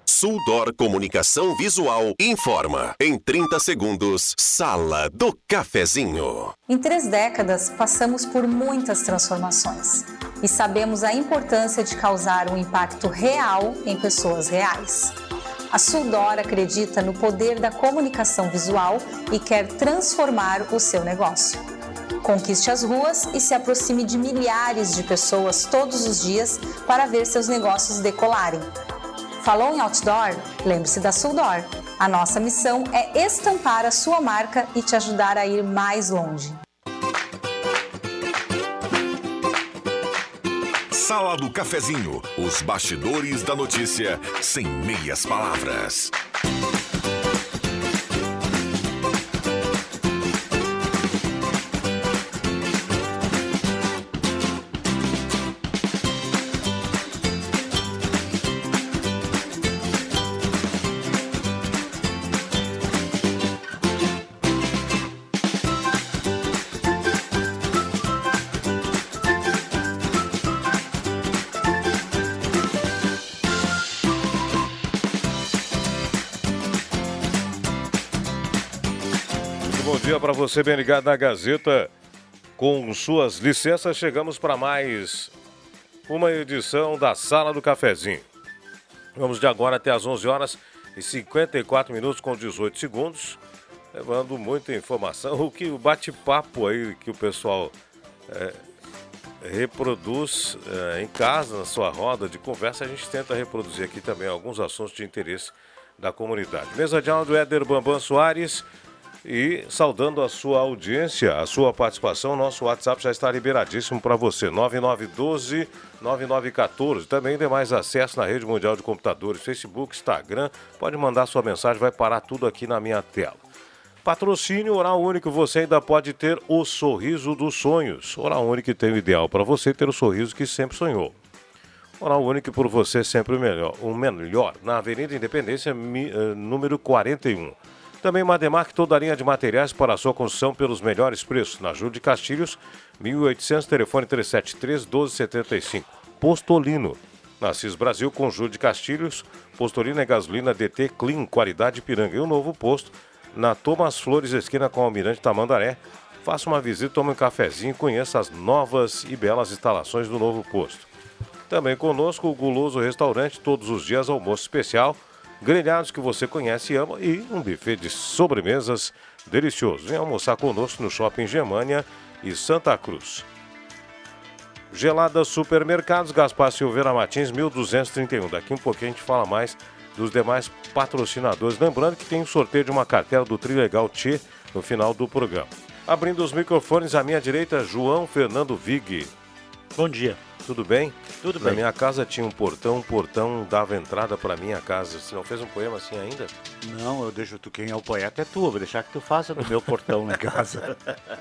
Suldor Comunicação Visual informa. Em 30 segundos, Sala do Cafezinho. Em 3 décadas, passamos por muitas transformações e sabemos a importância de causar um impacto real em pessoas reais. A Suldor acredita no poder da comunicação visual e quer transformar o seu negócio. Conquiste as ruas e se aproxime de milhares de pessoas todos os dias para ver seus negócios decolarem. Falou em outdoor? Lembre-se da Suldor. A nossa missão é estampar a sua marca e te ajudar a ir mais longe. Sala do Cafezinho, os bastidores da notícia sem meias palavras. Para você bem ligado na Gazeta, com suas licenças, chegamos para mais uma edição da Sala do Cafezinho. Vamos de agora até às 11 horas e 54 minutos com 18 segundos, levando muita informação, o bate-papo aí que o pessoal reproduz em casa, na sua roda de conversa, a gente tenta reproduzir aqui também alguns assuntos de interesse da comunidade. Mesa de áudio, Éder Bambam Soares. E saudando a sua audiência, a sua participação, nosso WhatsApp já está liberadíssimo para você, 9912-9914. Também tem mais acesso na Rede Mundial de Computadores, Facebook, Instagram. Pode mandar sua mensagem, vai parar tudo aqui na minha tela. Patrocínio Oral Único, você ainda pode ter o sorriso dos sonhos. Oral Único tem o ideal para você ter o sorriso que sempre sonhou. Oral Único por você sempre o melhor. Na Avenida Independência, número 41. Também Mademac, toda a linha de materiais para a sua construção pelos melhores preços. Na Júlio de Castilhos, 1800, telefone 373-1275. Postolino. Na CIS Brasil, com Júlio de Castilhos, Postolino é gasolina DT Clean, qualidade Ipiranga. E um novo posto na Thomas Flores, esquina com o Almirante Tamandaré. Faça uma visita, tome um cafezinho e conheça as novas e belas instalações do novo posto. Também conosco o Guloso Restaurante, todos os dias almoço especial. Grelhados que você conhece e ama e um buffet de sobremesas delicioso. Vem almoçar conosco no Shopping Germânia e Santa Cruz. Gelada Supermercados, Gaspar Silveira Martins, 1231. Daqui um pouquinho a gente fala mais dos demais patrocinadores. Lembrando que tem um sorteio de uma cartela do Trilegal Tchê no final do programa. Abrindo os microfones, à minha direita, João Fernando Vig. Bom dia. Tudo bem? Tudo bem. Na minha casa tinha um portão dava entrada para minha casa. Você não fez um poema assim ainda? Não, eu deixo tu, quem é o poeta é tu, vou deixar que tu faça no meu portão na casa.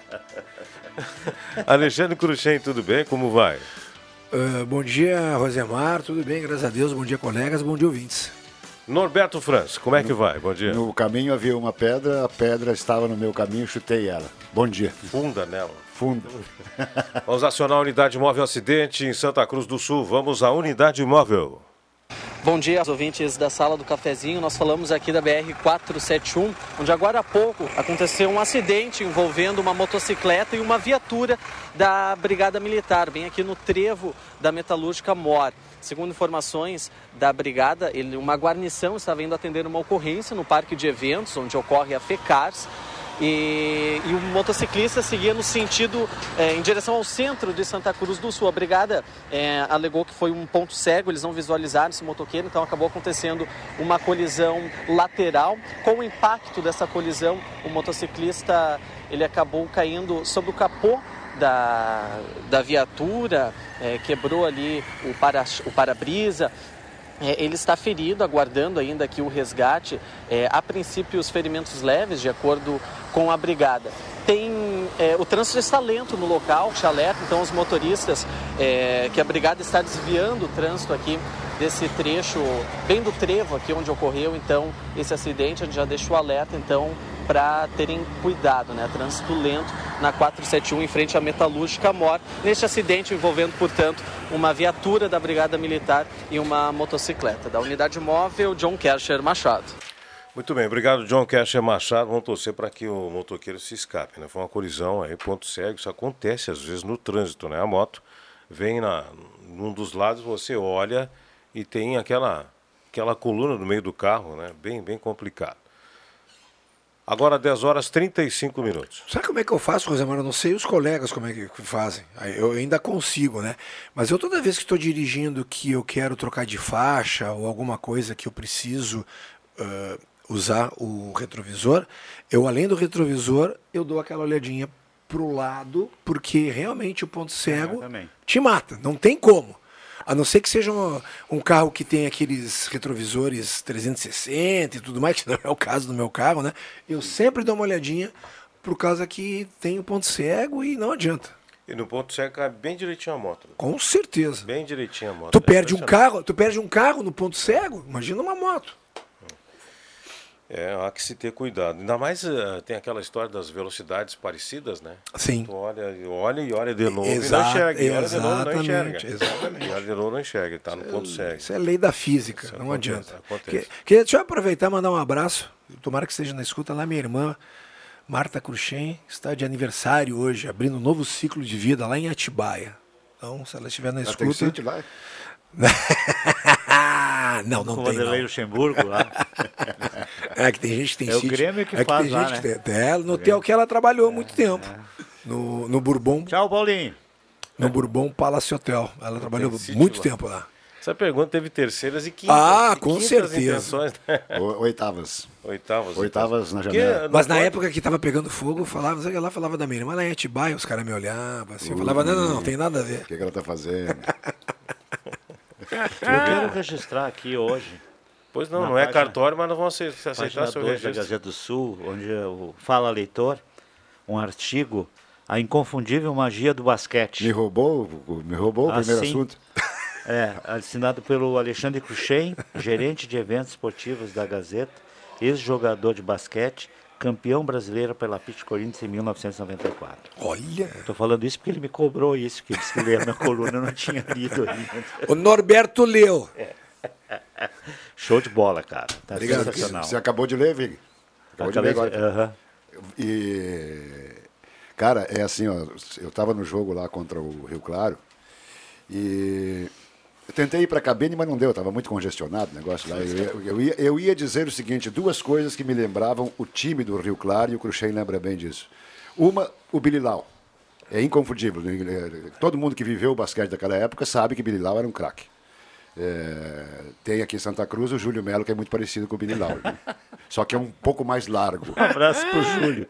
Alexandre Cruxem, tudo bem? Como vai? Bom dia, Rosemar, tudo bem, graças a Deus. Bom dia, colegas, bom dia, ouvintes. Norberto Franz, como é que vai? Bom dia. No caminho havia uma pedra, a pedra estava no meu caminho, chutei ela. Bom dia. Funda nela. Funda. Vamos acionar a Unidade Móvel Acidente em Santa Cruz do Sul. Vamos à Unidade Móvel. Bom dia aos ouvintes da Sala do Cafezinho. Nós falamos aqui da BR-471, onde agora há pouco aconteceu um acidente envolvendo uma motocicleta e uma viatura da Brigada Militar, bem aqui no trevo da Metalúrgica Mor. Segundo informações da Brigada, uma guarnição estava indo atender uma ocorrência no parque de eventos, onde ocorre a FECARS, e o motociclista seguia no sentido em direção ao centro de Santa Cruz do Sul. A Brigada alegou que foi um ponto cego, eles não visualizaram esse motoqueiro, então acabou acontecendo uma colisão lateral. Com o impacto dessa colisão, o motociclista ele acabou caindo sobre o capô da viatura, quebrou ali o para-brisa. Ele está ferido, aguardando ainda aqui o resgate. A princípio, os ferimentos leves, de acordo com a Brigada. O trânsito está lento no local, te alerta, então os motoristas, que a Brigada está desviando o trânsito aqui desse trecho, bem do trevo aqui onde ocorreu, então, esse acidente. A gente já deixou o alerta, então, para terem cuidado, né? Trânsito lento na 471 em frente à Metalúrgica Mor, neste acidente envolvendo, portanto, uma viatura da Brigada Militar e uma motocicleta. Da unidade móvel, John Kercher Machado. Muito bem, obrigado, John Kercher Machado. Vamos torcer para que o motoqueiro se escape, né? Foi uma colisão aí, ponto cego. Isso acontece às vezes no trânsito, né? A moto vem num dos lados, você olha e tem aquela coluna no meio do carro, né? Bem complicado. Agora 10 horas 35 minutos. Sabe como é que eu faço, Rosemar? Eu não sei os colegas como é que fazem. Eu ainda consigo, né? Mas eu toda vez que estou dirigindo que eu quero trocar de faixa ou alguma coisa que eu preciso usar o retrovisor, eu além do retrovisor, eu dou aquela olhadinha pro lado, porque realmente o ponto cego te mata. Não tem como. A não ser que seja um carro que tem aqueles retrovisores 360 e tudo mais, que não é o caso do meu carro, né? Eu sempre dou uma olhadinha por causa que tem o ponto cego e não adianta. E no ponto cego cai bem direitinho a moto. Né? Com certeza. Bem direitinho a moto. Tu perde um carro no ponto cego, imagina uma moto. Há que se ter cuidado. Ainda mais tem aquela história das velocidades parecidas, né? Sim. Tu olha e olha de novo e não enxerga. E olha de novo e não enxerga. Exatamente. E olha de novo não enxerga, está no ponto cego. Isso é lei da física, isso não adianta. Acontece. Deixa eu aproveitar e mandar um abraço. Tomara que esteja na escuta lá, minha irmã, Marta Cruxem, está de aniversário hoje, abrindo um novo ciclo de vida lá em Atibaia. Então, se ela estiver na escuta... Tem sítio lá? Não tem. Vanderlei Luxemburgo lá. É que tem gente que tem sítio. É o Grêmio que faz tem lá, gente né? que tem, no hotel que ela trabalhou há muito tempo. No Bourbon. Tchau, Paulinho. No Bourbon Palace Hotel. Ela trabalhou muito tempo lá. Essa pergunta teve terceiras e quintas. Com certeza. Intenções, né? Oitavas. Oitavas na janela. Mas na época que tava pegando fogo, ela falava da minha irmã lá em Atibaia, os caras me olhavam assim. Eu falava, não, tem nada a ver. O que ela tá fazendo? Eu quero registrar aqui hoje. Pois não é cartório, mas não vão aceitar seu registro. Da Gazeta do Sul, onde fala leitor, um artigo, A Inconfundível Magia do Basquete. Me roubou o primeiro assunto. Assinado pelo Alexandre Cruxem, gerente de eventos esportivos da Gazeta, ex-jogador de basquete, campeão brasileiro pela Pitch Corinthians em 1994. Olha! Estou falando isso porque ele me cobrou isso, que ele disse que lia minha coluna, eu não tinha lido ainda. O Norberto leu. Show de bola, cara. Tá Obrigado. Sensacional. Você acabou de ler, Vig? Acabou de ler agora. E, cara, é assim, ó, eu estava no jogo lá contra o Rio Claro e eu tentei ir para a cabine, mas não deu, estava muito congestionado o negócio lá. Eu ia dizer o seguinte, duas coisas que me lembravam o time do Rio Claro, e o Cruxem lembra bem disso. Uma, o Billy Lau. É inconfundível. Todo mundo que viveu o basquete daquela época sabe que Billy Lau era um craque. Tem aqui em Santa Cruz o Júlio Melo, que é muito parecido com o Billy Lau. Né? Só que é um pouco mais largo. Um abraço pro Júlio.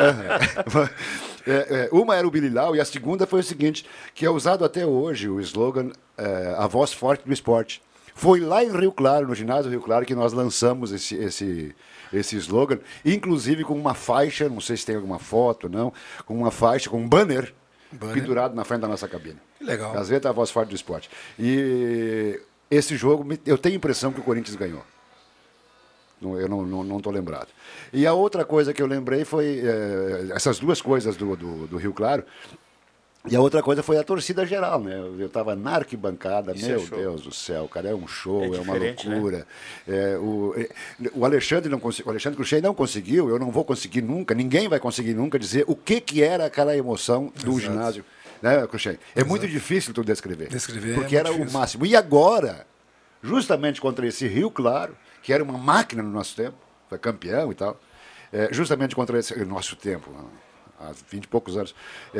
Uma era o Billy Lau e a segunda foi o seguinte, que é usado até hoje o slogan A Voz Forte do Esporte. Foi lá em Rio Claro, no ginásio Rio Claro, que nós lançamos esse slogan, inclusive com uma faixa, não sei se tem alguma foto, não, com uma faixa, com um banner pendurado na frente da nossa cabine. Legal. Gazeta, A Voz Forte do Esporte. E esse jogo, eu tenho a impressão que o Corinthians ganhou. Eu não estou lembrado. E a outra coisa que eu lembrei foi essas duas coisas do Rio Claro. E a outra coisa foi a torcida geral, né? Eu estava na arquibancada, meu Deus do céu, cara, é um show, é uma loucura. Né? O Alexandre Cruxem não conseguiu, eu não vou conseguir nunca, ninguém vai conseguir nunca dizer o que era aquela emoção do ginásio. Né, Cruxem? É muito difícil tu descrever porque era o máximo. E agora, justamente contra esse Rio Claro, que era uma máquina no nosso tempo, foi campeão e tal, justamente contra esse nosso tempo, há 20 e poucos anos,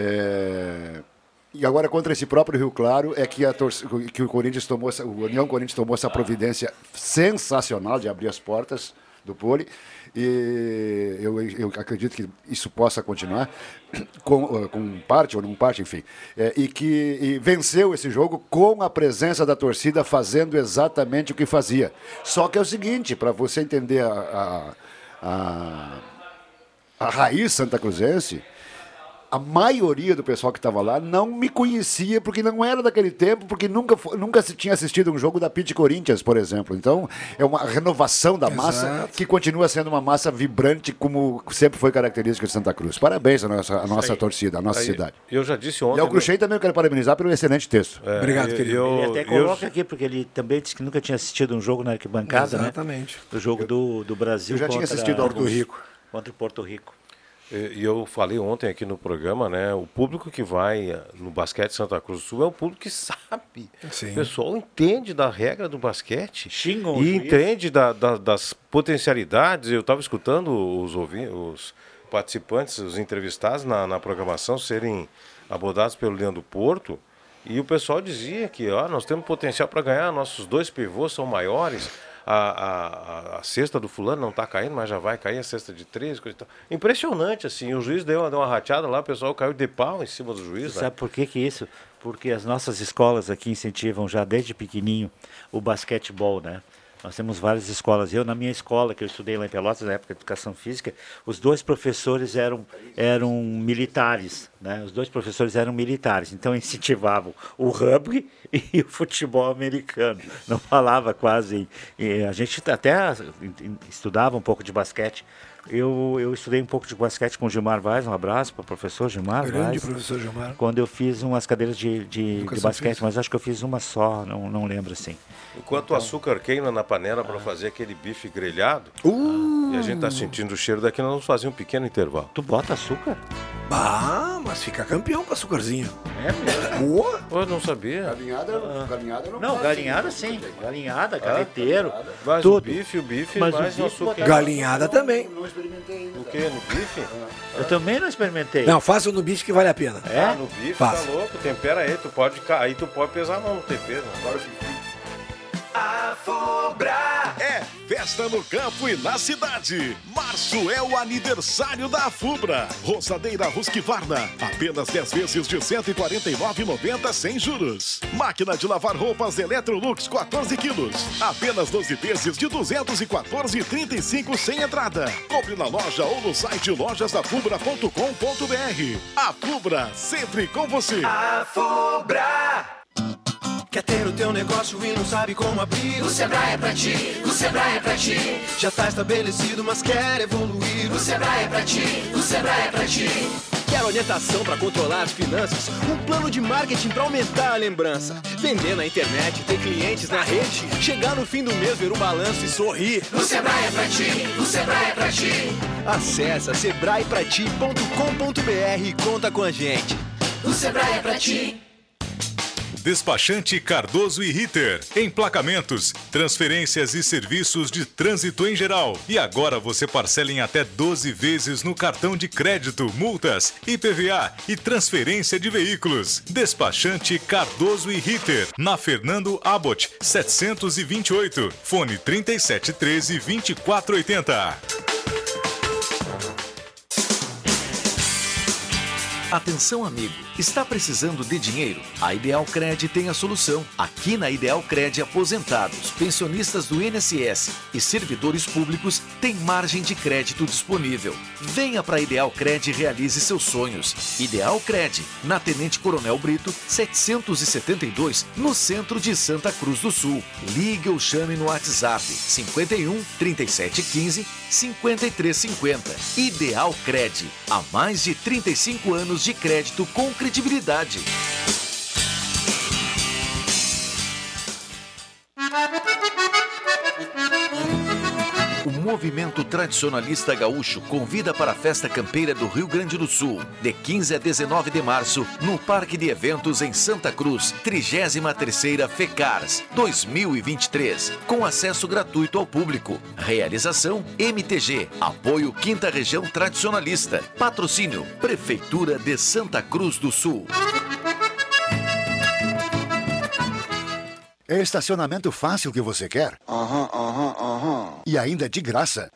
e agora contra esse próprio Rio Claro é que o Corinthians tomou, o União Corinthians tomou essa providência sensacional de abrir as portas do Poli, e eu acredito que isso possa continuar com parte ou não parte, enfim, e venceu esse jogo com a presença da torcida fazendo exatamente o que fazia. Só que é o seguinte, para você entender a raiz santacruzense, a maioria do pessoal que estava lá não me conhecia, porque não era daquele tempo, porque nunca se tinha assistido um jogo da Pit Corinthians, por exemplo. Então, é uma renovação da massa que continua sendo uma massa vibrante, como sempre foi característica de Santa Cruz. Parabéns à nossa torcida, à nossa cidade. Eu já disse ontem... E ao Cruxem também eu quero parabenizar pelo excelente texto. Obrigado, querido. Ele até coloca aqui, porque ele também disse que nunca tinha assistido um jogo na arquibancada, Exatamente. né? O jogo do Brasil Eu já tinha assistido ao Porto Rico. Contra o Porto Rico. E eu falei ontem aqui no programa, né? O público que vai no basquete Santa Cruz do Sul é um público que sabe. Sim. O pessoal entende da regra do basquete. Xingam e entende das potencialidades. Eu estava escutando os participantes, os entrevistados na programação serem abordados pelo Leandro Porto. E o pessoal dizia que nós temos potencial para ganhar, nossos 2 pivôs são maiores. A cesta do fulano não está caindo, mas já vai cair a cesta de 3, coisa e tal. Impressionante, assim, o juiz deu uma rateada lá, o pessoal caiu de pau em cima do juiz. Você sabe por que isso? Porque as nossas escolas aqui incentivam já desde pequenininho o basquetebol, né? Nós temos várias escolas. Eu, na minha escola, que eu estudei lá em Pelotas, na época de Educação Física, os 2 professores eram militares, né? Os 2 professores eram militares, então incentivavam o rugby e o futebol americano. Não falava quase... a gente até estudava um pouco de basquete. Eu estudei um pouco de basquete com o Gilmar Vaz, um abraço para o professor Gilmar Vaz. Grande professor Gilmar. Quando eu fiz umas cadeiras de basquete, mas acho que eu fiz uma só, não lembro assim. Enquanto o açúcar queima na panela para fazer aquele bife grelhado, e a gente está sentindo o cheiro daqui, nós vamos fazer um pequeno intervalo. Tu bota açúcar? Mas fica campeão com açúcarzinho. É mesmo? Pô, eu não sabia. Galinhada Não, galinhada sim. Galinhada, carreteiro, Mas tudo. o bife Mas mais o o bife açúcar. Galinhada também. O quê? No bife? Eu também não experimentei. Não, faça no bife que vale a pena. Ah, no bife, Faça. tá louco. Tempera aí, aí tu pode pesar a mão no tempero. Agora que A Fubra é festa no campo e na cidade. Março é o aniversário da Fubra. Roçadeira Husqvarna, apenas 10 vezes de R$ 149,90 sem juros. Máquina de lavar roupas Electrolux 14 quilos, apenas 12 vezes de R$ 214,35 sem entrada. Compre na loja ou no site lojasdafubra.com.br. A Fubra, sempre com você. A Fubra. Quer ter o teu negócio e não sabe como abrir? O Sebrae é pra ti, o Sebrae é pra ti. Já tá estabelecido, mas quer evoluir? O Sebrae é pra ti, o Sebrae é pra ti. Quer orientação para controlar as finanças? Um plano de marketing para aumentar a lembrança. Vender na internet, ter clientes na rede. Chegar no fim do mês, ver o balanço e sorrir. O Sebrae é pra ti, o Sebrae é pra ti. Acesse sebraeprati.com.br e conta com a gente. O Sebrae é pra ti. Despachante Cardoso e Ritter. Emplacamentos, transferências e serviços de trânsito em geral. E agora você parcela em até 12 vezes no cartão de crédito, multas, IPVA e transferência de veículos. Despachante Cardoso e Ritter. Na Fernando Abbott, 728. Fone 3713-2480. Atenção, amigo. Está precisando de dinheiro? A Ideal Cred tem a solução. Aqui na Ideal Cred, aposentados, pensionistas do INSS e servidores públicos têm margem de crédito disponível. Venha para a Ideal Cred e realize seus sonhos. Ideal Cred, na Tenente Coronel Brito, 772, no centro de Santa Cruz do Sul. Ligue ou chame no WhatsApp 51 3715 5350. Ideal Cred, há mais de 35 anos de crédito com credibilidade. O movimento tradicionalista gaúcho convida para a Festa Campeira do Rio Grande do Sul, de 15 a 19 de março, no Parque de Eventos em Santa Cruz, 33ª FECARS 2023, com acesso gratuito ao público. Realização MTG, apoio 5ª Região Tradicionalista, patrocínio Prefeitura de Santa Cruz do Sul. É estacionamento fácil que você quer? E ainda de graça?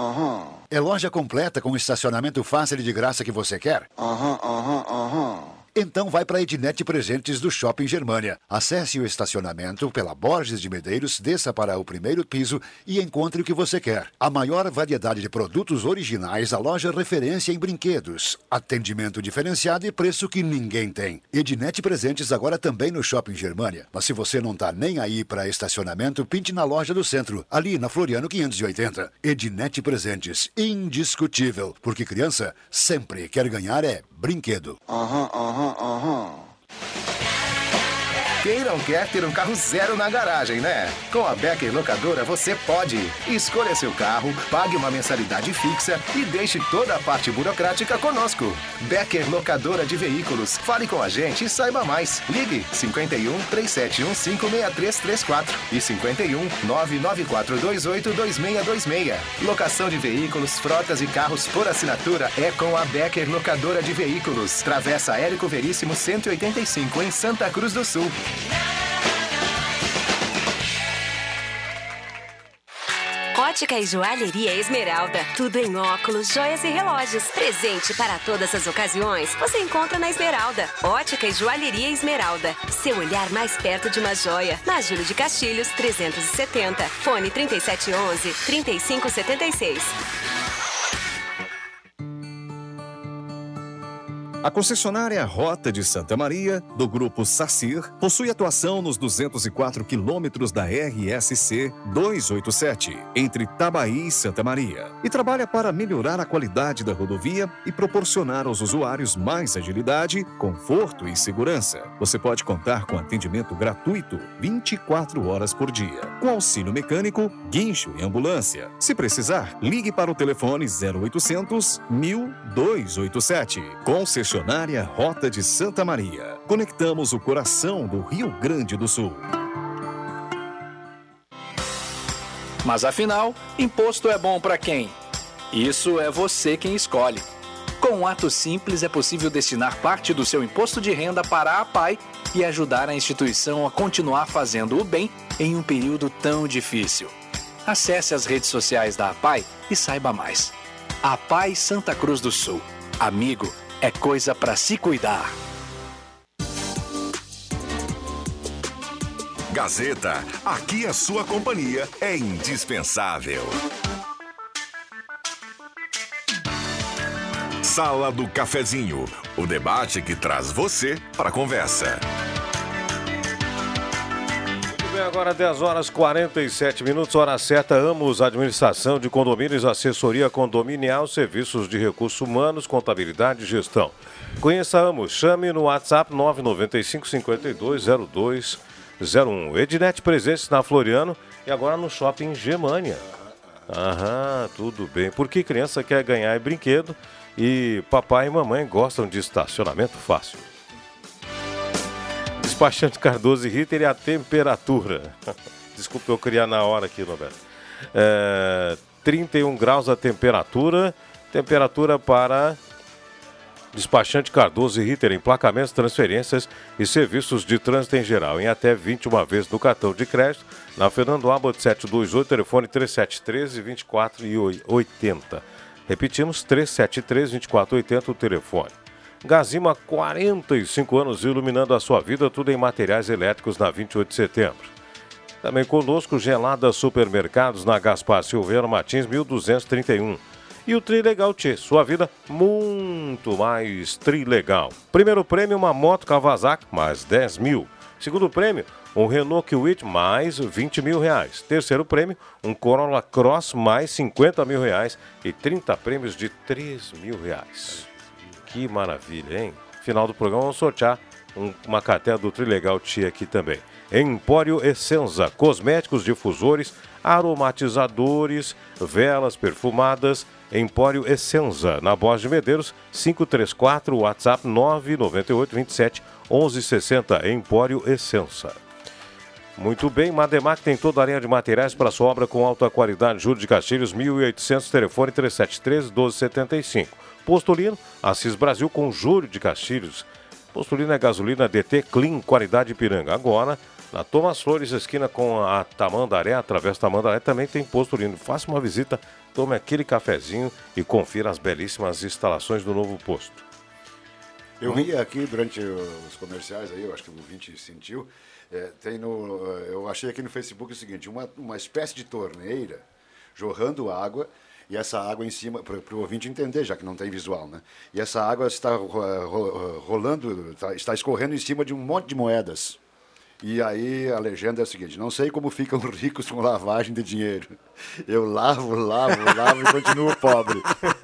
É loja completa com estacionamento fácil e de graça que você quer? Então vai para Ednet Presentes do Shopping Germânia. Acesse o estacionamento pela Borges de Medeiros, desça para o primeiro piso e encontre o que você quer. A maior variedade de produtos originais, a loja referência em brinquedos. Atendimento diferenciado e preço que ninguém tem. Ednet Presentes agora também no Shopping Germânia. Mas se você não tá nem aí para estacionamento, pinte na loja do centro, ali na Floriano 580. Ednet Presentes, indiscutível, porque criança sempre quer ganhar brinquedo. Quem não quer ter um carro zero na garagem, né? Com a Becker Locadora você pode. Escolha seu carro, pague uma mensalidade fixa e deixe toda a parte burocrática conosco. Becker Locadora de Veículos. Fale com a gente e saiba mais. Ligue 51 3715 6334 e 51 99428 2626. Locação de veículos, frotas e carros por assinatura é com a Becker Locadora de Veículos. Travessa Érico Veríssimo 185 em Santa Cruz do Sul. Ótica e Joalheria Esmeralda. Tudo em óculos, joias e relógios. Presente para todas as ocasiões. Você encontra na Esmeralda. Ótica e Joalheria Esmeralda. Seu olhar mais perto de uma joia. Na Júlio de Castilhos, 370. Fone 3711-3576. A concessionária Rota de Santa Maria, do Grupo Sacir, possui atuação nos 204 quilômetros da RSC 287, entre Tabaí e Santa Maria, e trabalha para melhorar a qualidade da rodovia e proporcionar aos usuários mais agilidade, conforto e segurança. Você pode contar com atendimento gratuito 24 horas por dia, com auxílio mecânico, guincho e ambulância. Se precisar, ligue para o telefone 0800 1287. Concessionária Rota de Santa Maria. Conectamos o coração do Rio Grande do Sul. Mas afinal, imposto é bom para quem? Isso é você quem escolhe. Com um ato simples é possível destinar parte do seu imposto de renda para a APAI e ajudar a instituição a continuar fazendo o bem em um período tão difícil. Acesse as redes sociais da APAI e saiba mais. APAI Santa Cruz do Sul. Amigo, é coisa para se cuidar. Gazeta, aqui a sua companhia é indispensável. Sala do Cafezinho, o debate que traz você para a conversa. Agora 10 horas 47 minutos, hora certa. Amos Administração de Condomínios, Assessoria Condominial, Serviços de Recursos Humanos, Contabilidade e Gestão. Conheça Amos, chame no WhatsApp 995-520201. Ednet Presentes na Floriano e agora no Shopping Germânia. Aham, tudo bem. Porque criança quer ganhar brinquedo e papai e mamãe gostam de estacionamento fácil. Despachante Cardoso e Ritter e a temperatura. Desculpa eu criar na hora aqui, Roberto. 31 graus a temperatura. Temperatura para Despachante Cardoso e Ritter, emplacamentos, transferências e serviços de trânsito em geral. Em até 21 vezes no cartão de crédito. Na Fernando Abbott 728, telefone 3713-2480. Repetimos, 3713-2480 o telefone. Gazima, 45 anos iluminando a sua vida, tudo em materiais elétricos na 28 de setembro. Também conosco, Gelada Supermercados na Gaspar Silveira Martins, 1231. E o Trilegal Tchê, sua vida muito mais trilegal. Primeiro prêmio, uma moto Kawasaki, mais 10 mil. Segundo prêmio, um Renault Kwid, mais 20 mil reais. Terceiro prêmio, um Corolla Cross, mais 50 mil reais. E 30 prêmios de 3 mil reais. Que maravilha, hein? Final do programa, vamos sortear uma cartela do Trilegal Tia aqui também. Empório Essenza, cosméticos, difusores, aromatizadores, velas perfumadas. Empório Essenza, na Borges de Medeiros, 534, WhatsApp 998 27 1160. Empório Essenza. Muito bem, Mademac tem toda a linha de materiais para sua obra com alta qualidade. Júlio de Castilhos, 1800, telefone 3713-1275. Postulino, Assis Brasil com Júlio de Castilhos. Postulino é gasolina DT Clean, qualidade Ipiranga. Agora, na Thomas Flores, esquina com a Tamandaré, através da Tamandaré, também tem Postulino. Faça uma visita, tome aquele cafezinho e confira as belíssimas instalações do novo posto. Eu vi aqui durante os comerciais, aí, eu acho que o ouvinte sentiu, eu achei aqui no Facebook o seguinte, uma espécie de torneira jorrando água, e essa água em cima, para o ouvinte entender, já que não tem visual, né? E essa água está rolando, está escorrendo em cima de um monte de moedas. E aí a legenda é a seguinte: não sei como ficam ricos com lavagem de dinheiro. Eu lavo e continuo pobre.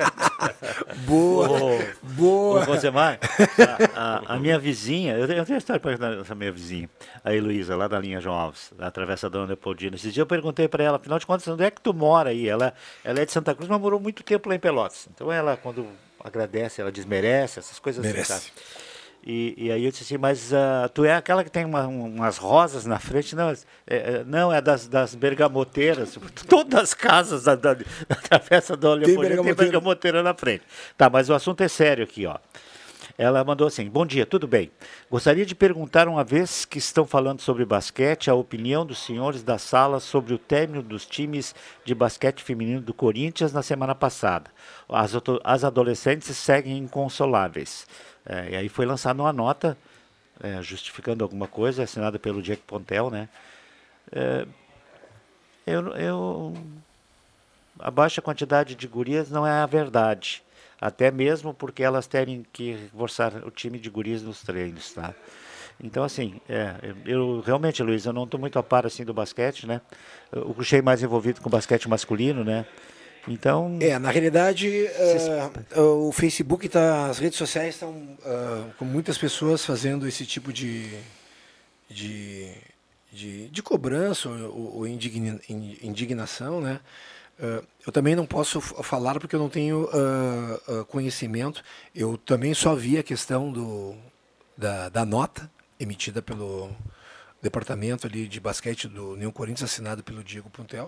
Boa. Ô, Rosemar, a minha vizinha, eu tenho uma história para contar essa minha vizinha, a Heloísa, lá da linha João Alves, da Travessa Dona Leopoldina. Esses dias eu perguntei para ela, afinal de contas, onde é que tu mora aí? Ela é de Santa Cruz, mas morou muito tempo lá em Pelotas. Então ela, quando agradece, ela desmerece, essas coisas Merece. assim, sabe? E aí eu disse assim, mas tu é aquela que tem umas rosas na frente? Não, é das bergamoteiras. Todas as casas da Travessa da Leopoldina tem bergamoteira na frente. Tá, mas o assunto é sério aqui, ó. Ela mandou assim: bom dia, tudo bem? Gostaria de perguntar, uma vez que estão falando sobre basquete, a opinião dos senhores da sala sobre o término dos times de basquete feminino do Corinthians na semana passada. As adolescentes seguem inconsoláveis. E aí foi lançada uma nota justificando alguma coisa, assinada pelo Diego Pontel, né? A baixa quantidade de gurias não é a verdade. Até mesmo porque elas terem que reforçar o time de gurias nos treinos, tá? Então, assim, eu realmente, Luiz, eu não estou muito a par, assim, do basquete, né? Eu puxei mais envolvido com o basquete masculino, né? Então... na realidade, o Facebook, as redes sociais estão com muitas pessoas fazendo esse tipo de cobrança ou indignação, né? Eu também não posso falar porque eu não tenho conhecimento. Eu também só vi a questão da nota emitida pelo departamento ali de basquete do União Corinthians, assinado pelo Diego Pontel.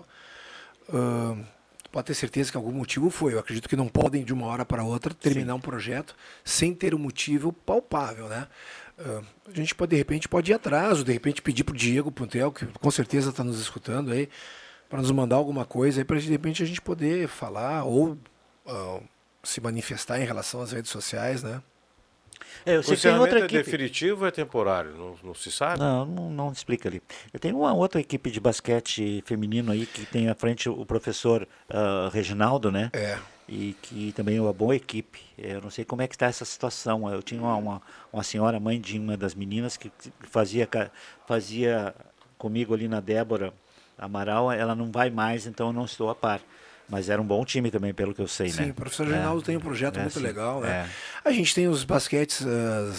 Pode ter certeza que algum motivo foi. Eu acredito que não podem, de uma hora para outra, terminar um projeto sem ter um motivo palpável, né? A gente de repente pode ir atrás, ou de repente pedir para o Diego Pontel, que com certeza está nos escutando aí, para nos mandar alguma coisa aí, para de repente a gente poder falar ou se manifestar em relação às redes sociais, né? Eu sei que tem outra equipe. É definitivo ou é temporário? Não se sabe? Não explica ali. Eu tenho uma outra equipe de basquete feminino aí que tem à frente o professor Reginaldo, né? E que também é uma boa equipe. Eu não sei como é que está essa situação. Eu tinha uma senhora, mãe de uma das meninas, que fazia comigo ali na Débora Amaral. Ela não vai mais, então eu não estou a par. Mas era um bom time também, pelo que eu sei, né? Sim, o professor Reinaldo tem um projeto muito legal, né? A gente tem os basquetes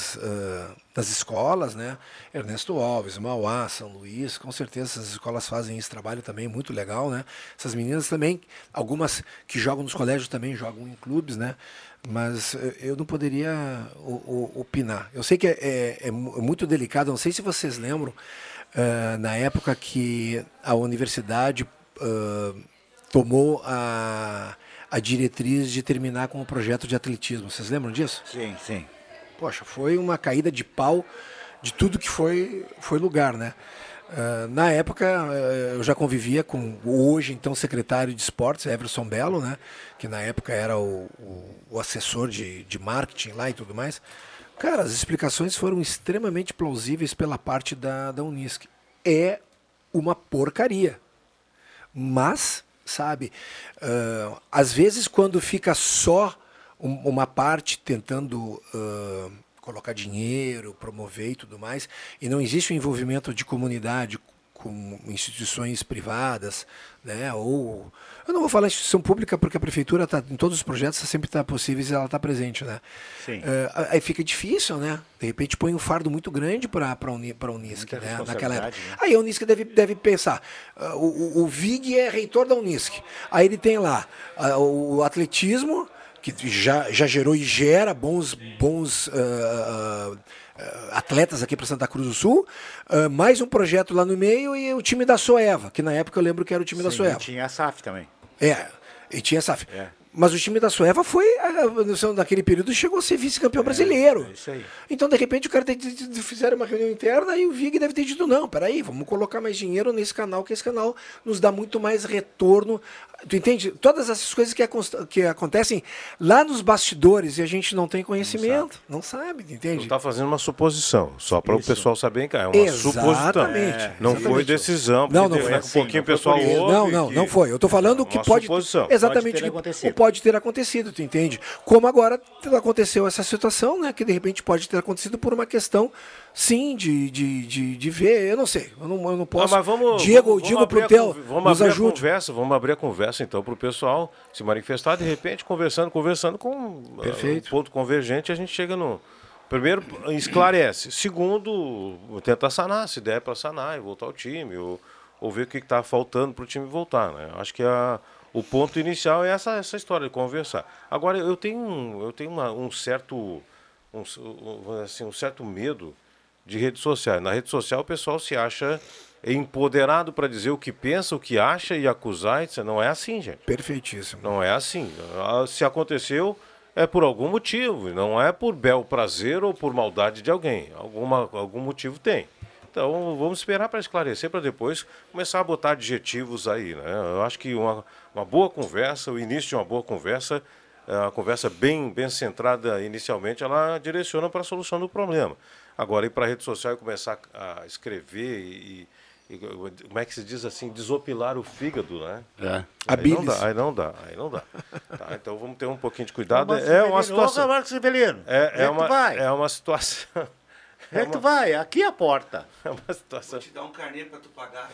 das escolas, né? Ernesto Alves, Mauá, São Luís, com certeza essas escolas fazem esse trabalho também muito legal, né? Essas meninas também, algumas que jogam nos colégios também jogam em clubes, né? Mas eu não poderia opinar. Eu sei que é muito delicado, não sei se vocês lembram, na época que a universidade... tomou a diretriz de terminar com o projeto de atletismo. Vocês lembram disso? Sim. Poxa, foi uma caída de pau de tudo que foi lugar, né? Na época, eu já convivia com o hoje, então, secretário de esportes, Everson Belo, né? Que na época era o assessor de marketing lá e tudo mais. Cara, as explicações foram extremamente plausíveis pela parte da Unisc. É uma porcaria. Mas... sabe, às vezes quando fica só uma parte tentando colocar dinheiro, promover e tudo mais, e não existe um envolvimento de comunidade com instituições privadas, né? Ou eu não vou falar instituição pública porque a prefeitura está em todos os projetos, sempre está possível e ela está presente, né? Sim. Aí fica difícil, né? De repente põe um fardo muito grande para a Unisc, né? Naquela época. Né? Aí a Unisc deve pensar, o Vig é reitor da Unisc, aí ele tem lá o atletismo, que já gerou e gera bons atletas aqui para Santa Cruz do Sul, mais um projeto lá no meio e o time da Soeva, que na época eu lembro que era o time da Soeva. E tinha a SAF também. E tinha a SAF. Mas o time da Sueva foi, naquele período, chegou a ser vice-campeão brasileiro. Isso aí. Então, de repente, o cara fizeram uma reunião interna e o Vig deve ter dito, não, peraí, vamos colocar mais dinheiro nesse canal, que esse canal nos dá muito mais retorno. Tu entende? Todas essas coisas que acontecem lá nos bastidores e a gente não tem conhecimento. Não sabe, entende? Tu está fazendo uma suposição, só para o pessoal saber que é uma suposição. Não foi decisão, porque não foi. Um pouquinho o pessoal ouve. Não foi. Eu estou falando que pode... Suposição. Exatamente, pode ter acontecido, tu entende? Como agora aconteceu essa situação, né? Que de repente pode ter acontecido por uma questão, sim, de ver, eu não sei, eu não posso. Mas vamos pro Theo, nos ajude. Vamos abrir a conversa então para o pessoal se manifestar, de repente conversando com um ponto convergente, a gente chega no... Primeiro, esclarece. Segundo, tenta sanar, se der para sanar e voltar ao time, ou ver o que está faltando para o time voltar, né? Acho que o ponto inicial é essa história de conversar. Agora, eu tenho um certo medo de redes sociais. Na rede social, o pessoal se acha empoderado para dizer o que pensa, o que acha e acusar. Isso não é assim, gente. Perfeitíssimo. Não é assim. Se aconteceu, é por algum motivo. Não é por bel prazer ou por maldade de alguém. Algum motivo tem. Então, vamos esperar para esclarecer, para depois começar a botar adjetivos aí, né? Eu acho que uma boa conversa, o início de uma boa conversa, a conversa bem centrada inicialmente, ela direciona para a solução do problema. Agora, ir para a rede social e começar a escrever e como é que se diz assim, desopilar o fígado, né? Aí não dá. Tá, então, vamos ter um pouquinho de cuidado. É uma situação... É uma situação... Tu vai, aqui é a porta. É uma situação. Vou te dar um carnê para tu pagar.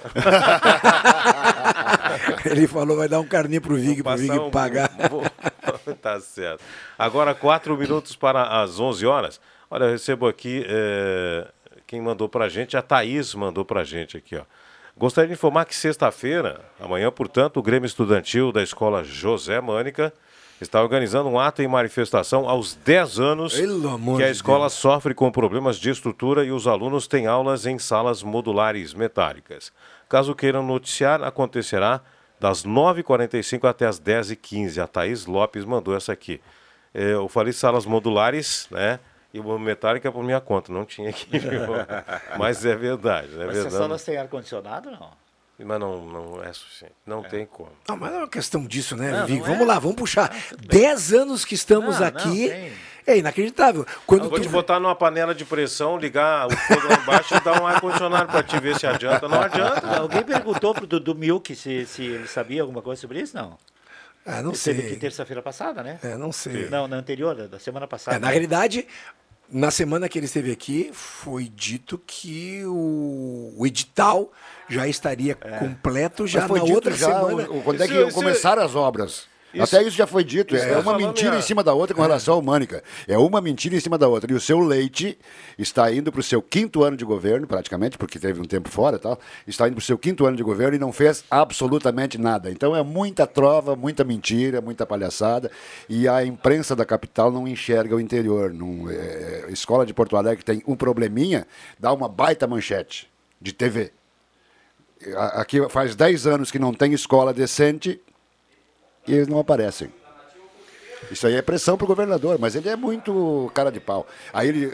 Ele falou, vai dar um carnê pro Vig pagar. Tá certo. Agora, 4 minutos para as 11 horas. Olha, eu recebo aqui, quem mandou pra gente, a Thaís mandou pra gente aqui, ó. Gostaria de informar que sexta-feira, amanhã, portanto, o Grêmio Estudantil da Escola José Mânica está organizando um ato em manifestação aos 10 anos que a escola sofre com problemas de estrutura e os alunos têm aulas em salas modulares metálicas. Caso queiram noticiar, acontecerá das 9h45 até as 10h15. A Thaís Lopes mandou essa aqui. Eu falei salas modulares, né? E o metálica é por minha conta, não tinha aqui. Mas é verdade. Mas essas salas têm ar-condicionado ou não? Mas não é suficiente, não tem como. Não, mas não é uma questão disso, né, Vig? Vamos lá, vamos puxar. 10 anos que estamos aqui, é inacreditável. Vou te botar numa panela de pressão, ligar o fogo lá embaixo e dar um ar-condicionado para te ver se adianta. Não adianta. Alguém perguntou pro Dudu Milk se ele sabia alguma coisa sobre isso? Não. Não sei. Teve aqui terça-feira passada, né? Não sei. Não, na anterior, da semana passada. Na realidade... Na semana que ele esteve aqui, foi dito que o edital já estaria completo já na outra semana. Quando é que iam começar as obras? Até isso já foi dito. É uma mentira em cima da outra com relação à Mânica. É uma mentira em cima da outra. E o seu Leite está indo para o seu 5º ano de governo, praticamente, porque teve um tempo fora e tal, está indo para o seu 5º ano de governo e não fez absolutamente nada. Então é muita trova, muita mentira, muita palhaçada. E a imprensa da capital não enxerga o interior. A escola de Porto Alegre tem um probleminha, dá uma baita manchete de TV. Aqui faz 10 anos que não tem escola decente, e eles não aparecem. Isso aí é pressão para o governador, mas ele é muito cara de pau. Aí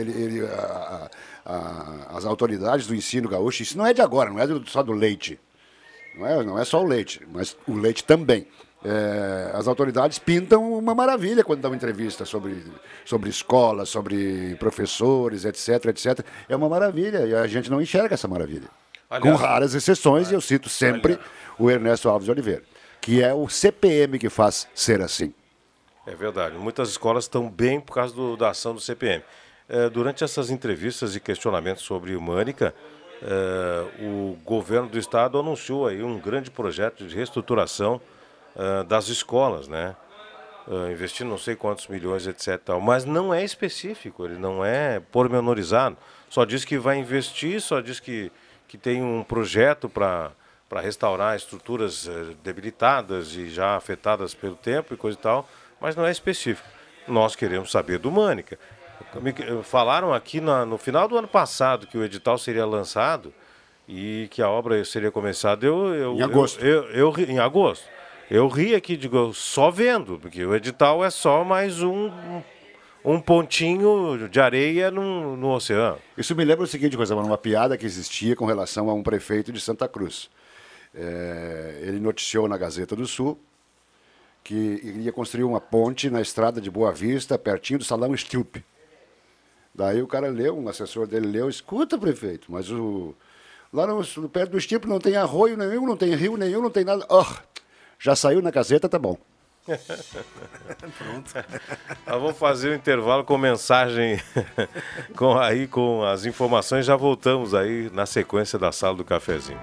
as autoridades do ensino gaúcho, isso não é de agora, não é só do Leite. Não é só o Leite, mas o Leite também. As autoridades pintam uma maravilha quando dão entrevista sobre escola, sobre professores, etc, etc. É uma maravilha e a gente não enxerga essa maravilha. Com raras exceções, e eu cito sempre o Ernesto Alves de Oliveira, que é o CPM que faz ser assim. É verdade. Muitas escolas estão bem por causa da ação do CPM. Durante essas entrevistas e questionamentos sobre o Mânica, o governo do estado anunciou aí um grande projeto de reestruturação das escolas, né? Investindo não sei quantos milhões, etc. Mas não é específico, ele não é pormenorizado. Só diz que vai investir, só diz que tem um projeto para restaurar estruturas debilitadas e já afetadas pelo tempo e coisa e tal, mas não é específico. Nós queremos saber do Mânica. Falaram aqui no final do ano passado que o edital seria lançado e que a obra seria começada em agosto. Em agosto. Eu ri aqui, digo, só vendo, porque o edital é só mais um pontinho de areia no oceano. Isso me lembra o seguinte coisa, uma piada que existia com relação a um prefeito de Santa Cruz. Ele noticiou na Gazeta do Sul que iria construir uma ponte na estrada de Boa Vista, pertinho do Salão Stilpe. Daí o cara leu, um assessor dele leu, escuta, prefeito, mas lá no perto do Stilpe não tem arroio nenhum, não tem rio nenhum, não tem nada. Já saiu na Gazeta, tá bom. Pronto. Nós vamos fazer o intervalo com mensagem com as informações. Já voltamos aí na sequência da Sala do Cafezinho.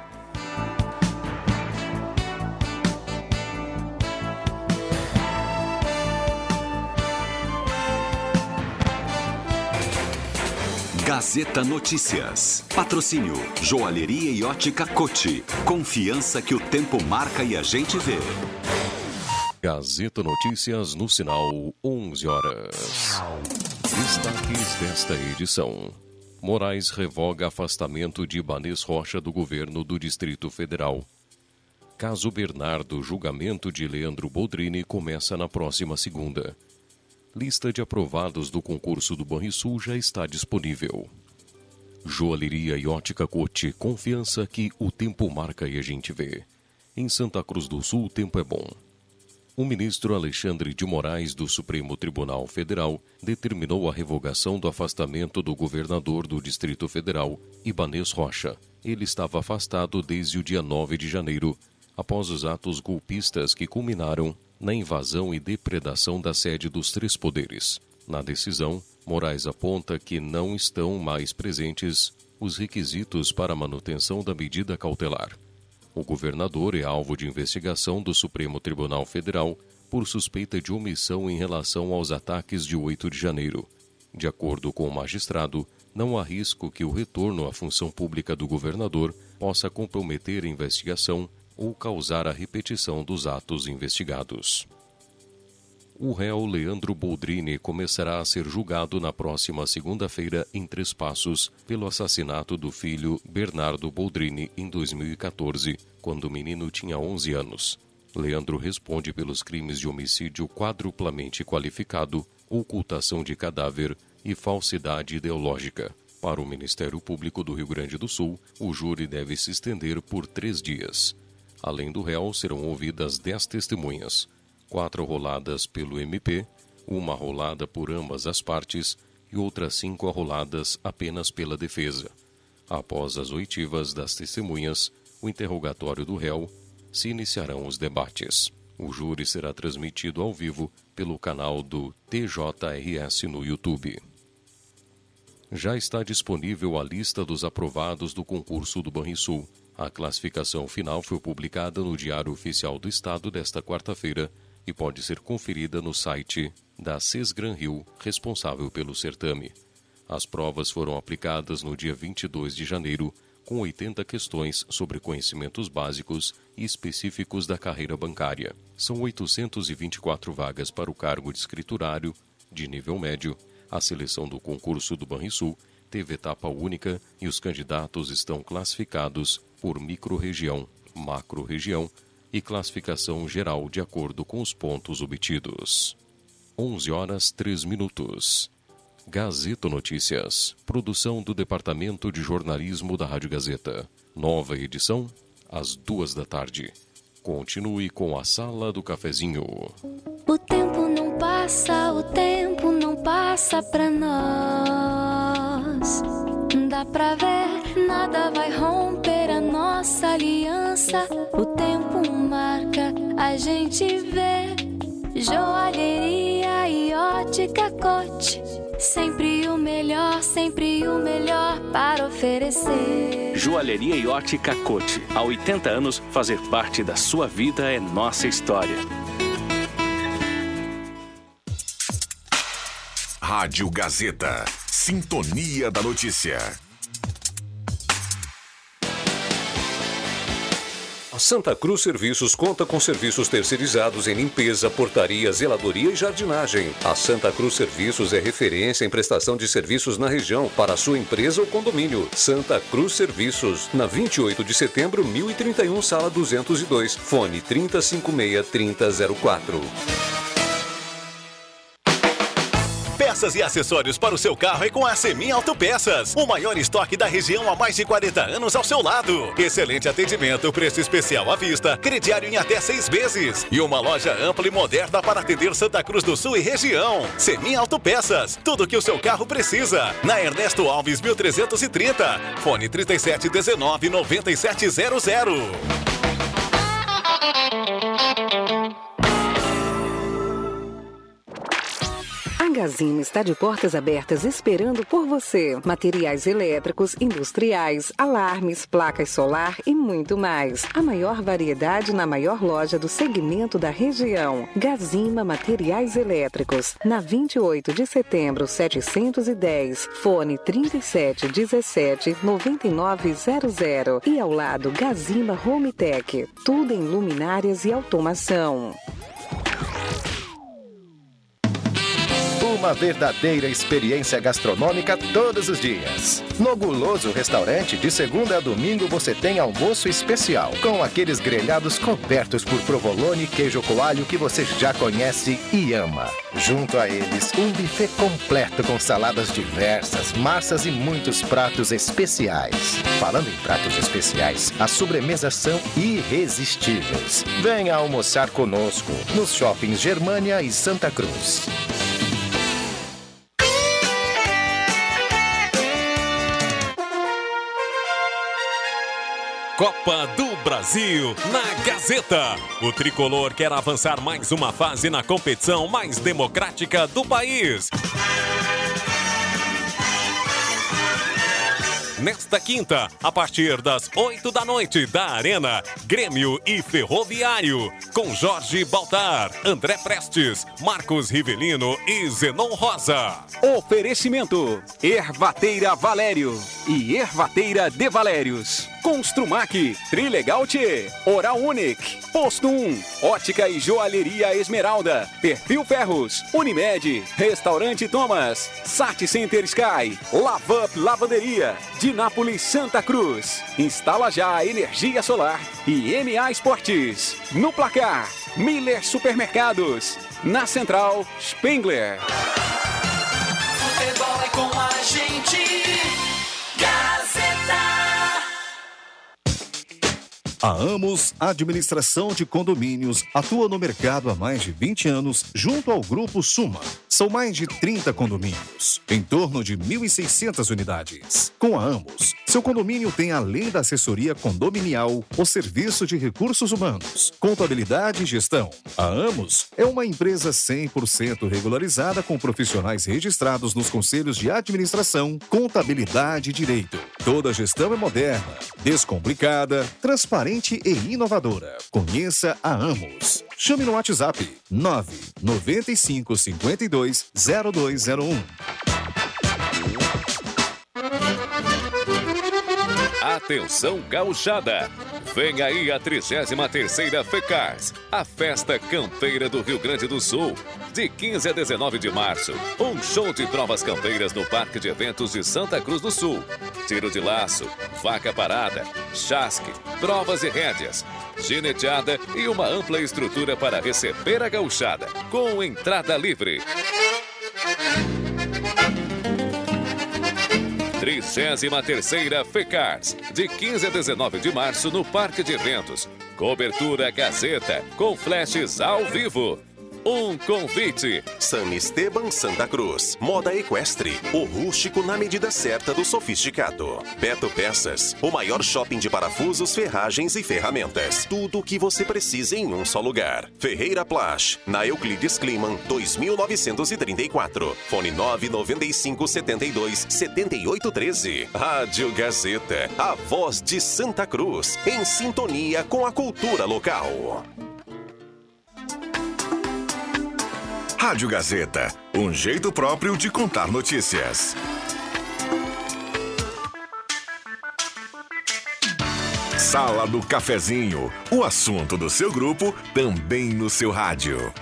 Gazeta Notícias. Patrocínio Joalheria e Ótica Cote. Confiança que o tempo marca e a gente vê. Gazeta Notícias no sinal 11 horas. Destaques desta edição. Moraes revoga afastamento de Ibanez Rocha do governo do Distrito Federal. Caso Bernardo, julgamento de Leandro Boldrini começa na próxima segunda. Lista de aprovados do concurso do Banrisul já está disponível. Joalheria e Ótica Cote, confiança que o tempo marca e a gente vê. Em Santa Cruz do Sul, o tempo é bom. O ministro Alexandre de Moraes, do Supremo Tribunal Federal, determinou a revogação do afastamento do governador do Distrito Federal, Ibanez Rocha. Ele estava afastado desde o dia 9 de janeiro, após os atos golpistas que culminaram na invasão e depredação da sede dos três poderes. Na decisão, Moraes aponta que não estão mais presentes os requisitos para a manutenção da medida cautelar. O governador é alvo de investigação do Supremo Tribunal Federal por suspeita de omissão em relação aos ataques de 8 de janeiro. De acordo com o magistrado, não há risco que o retorno à função pública do governador possa comprometer a investigação ou causar a repetição dos atos investigados. O réu Leandro Boldrini começará a ser julgado na próxima segunda-feira em Três Passos pelo assassinato do filho Bernardo Boldrini em 2014, quando o menino tinha 11 anos. Leandro responde pelos crimes de homicídio quadruplamente qualificado, ocultação de cadáver e falsidade ideológica. Para o Ministério Público do Rio Grande do Sul, o júri deve se estender por 3 dias. Além do réu, serão ouvidas 10 testemunhas, 4 roladas pelo MP, 1 rolada por ambas as partes e outras 5 arroladas apenas pela defesa. Após as oitivas das testemunhas, o interrogatório do réu, se iniciarão os debates. O júri será transmitido ao vivo pelo canal do TJRS no YouTube. Já está disponível a lista dos aprovados do concurso do Banrisul. A classificação final foi publicada no Diário Oficial do Estado desta quarta-feira e pode ser conferida no site da Sesgran Rio, responsável pelo certame. As provas foram aplicadas no dia 22 de janeiro, com 80 questões sobre conhecimentos básicos e específicos da carreira bancária. São 824 vagas para o cargo de escriturário, de nível médio. A seleção do concurso do Banrisul teve etapa única e os candidatos estão classificados por microrregião, macro-região e classificação geral de acordo com os pontos obtidos. 11 horas 3 minutos. Gazeta Notícias. Produção do Departamento de Jornalismo da Rádio Gazeta. Nova edição, às 2 da tarde. Continue com a Sala do Cafezinho. O tempo não passa pra nós. Dá pra ver, nada vai romper a nossa aliança. O tempo marca, a gente vê. Joalheria e Ótica Cote. Sempre o melhor para oferecer. Joalheria e Ótica Cote. Há 80 anos, fazer parte da sua vida é nossa história. Rádio Gazeta. Sintonia da Notícia. A Santa Cruz Serviços conta com serviços terceirizados em limpeza, portaria, zeladoria e jardinagem. A Santa Cruz Serviços é referência em prestação de serviços na região para a sua empresa ou condomínio. Santa Cruz Serviços, na 28 de setembro, 1031, sala 202, fone 3056-3004. Peças e acessórios para o seu carro é com a Semi Autopeças. O maior estoque da região há mais de 40 anos ao seu lado. Excelente atendimento, preço especial à vista, crediário em até 6 vezes. E uma loja ampla e moderna para atender Santa Cruz do Sul e região. Semi Autopeças, tudo que o seu carro precisa. Na Ernesto Alves, 1330. Fone 3719-9700. A Gazima está de portas abertas esperando por você. Materiais elétricos, industriais, alarmes, placas solar e muito mais. A maior variedade na maior loja do segmento da região. Gazima Materiais Elétricos. Na 28 de setembro, 710. Fone 3717-9900. E ao lado, Gazima Home Tech. Tudo em luminárias e automação. Uma verdadeira experiência gastronômica todos os dias. No Guloso Restaurante, de segunda a domingo, você tem almoço especial, com aqueles grelhados cobertos por provolone e queijo coalho que você já conhece e ama. Junto a eles, um buffet completo com saladas diversas, massas e muitos pratos especiais. Falando em pratos especiais, as sobremesas são irresistíveis. Venha almoçar conosco, nos shoppings Germânia e Santa Cruz. Copa do Brasil na Gazeta. O tricolor quer avançar mais uma fase na competição mais democrática do país. Nesta quinta, a partir das 8 da noite, da Arena, Grêmio e Ferroviário, com Jorge Baltar, André Prestes, Marcos Rivelino e Zenon Rosa. Oferecimento: Ervateira Valério e Ervateira de Valérios. Construmac, Trilegal T, Oral Unique, Posto 1, Ótica e Joalheria Esmeralda, Perfil Ferros, Unimed, Restaurante Thomas, Sat Center Sky, Lavup Lavanderia, Dinápolis Santa Cruz, Instala Já Energia Solar e MA Esportes. No placar, Miller Supermercados, na Central, Spengler. Futebol é com a gente, Gazeta. A Amos Administração de Condomínios atua no mercado há mais de 20 anos junto ao Grupo Suma. São mais de 30 condomínios, em torno de 1.600 unidades. Com a Amos, seu condomínio tem, além da assessoria condominial, o serviço de recursos humanos, contabilidade e gestão. A Amos é uma empresa 100% regularizada com profissionais registrados nos conselhos de administração, contabilidade e direito. Toda a gestão é moderna, descomplicada, transparente e inovadora. Conheça a Amos. Chame no WhatsApp 995520201. Atenção gauchada! Vem aí a 33ª FECARS, a festa campeira do Rio Grande do Sul. De 15 a 19 de março, um show de provas campeiras no Parque de Eventos de Santa Cruz do Sul. Tiro de laço, vaca parada, chasque, provas e rédeas, gineteada e uma ampla estrutura para receber a gauchada, com entrada livre. 33ª FECARS, de 15 a 19 de março no Parque de Eventos. Cobertura Gazeta, com flashes ao vivo. Um convite. San Esteban Santa Cruz. Moda equestre. O rústico na medida certa do sofisticado. Beto Peças. O maior shopping de parafusos, ferragens e ferramentas. Tudo o que você precisa em um só lugar. Ferreira Plage. Na Euclides Kliman, 2934. Fone 995727813. Rádio Gazeta. A voz de Santa Cruz. Em sintonia com a cultura local. Rádio Gazeta, um jeito próprio de contar notícias. Sala do Cafezinho, o assunto do seu grupo também no seu rádio.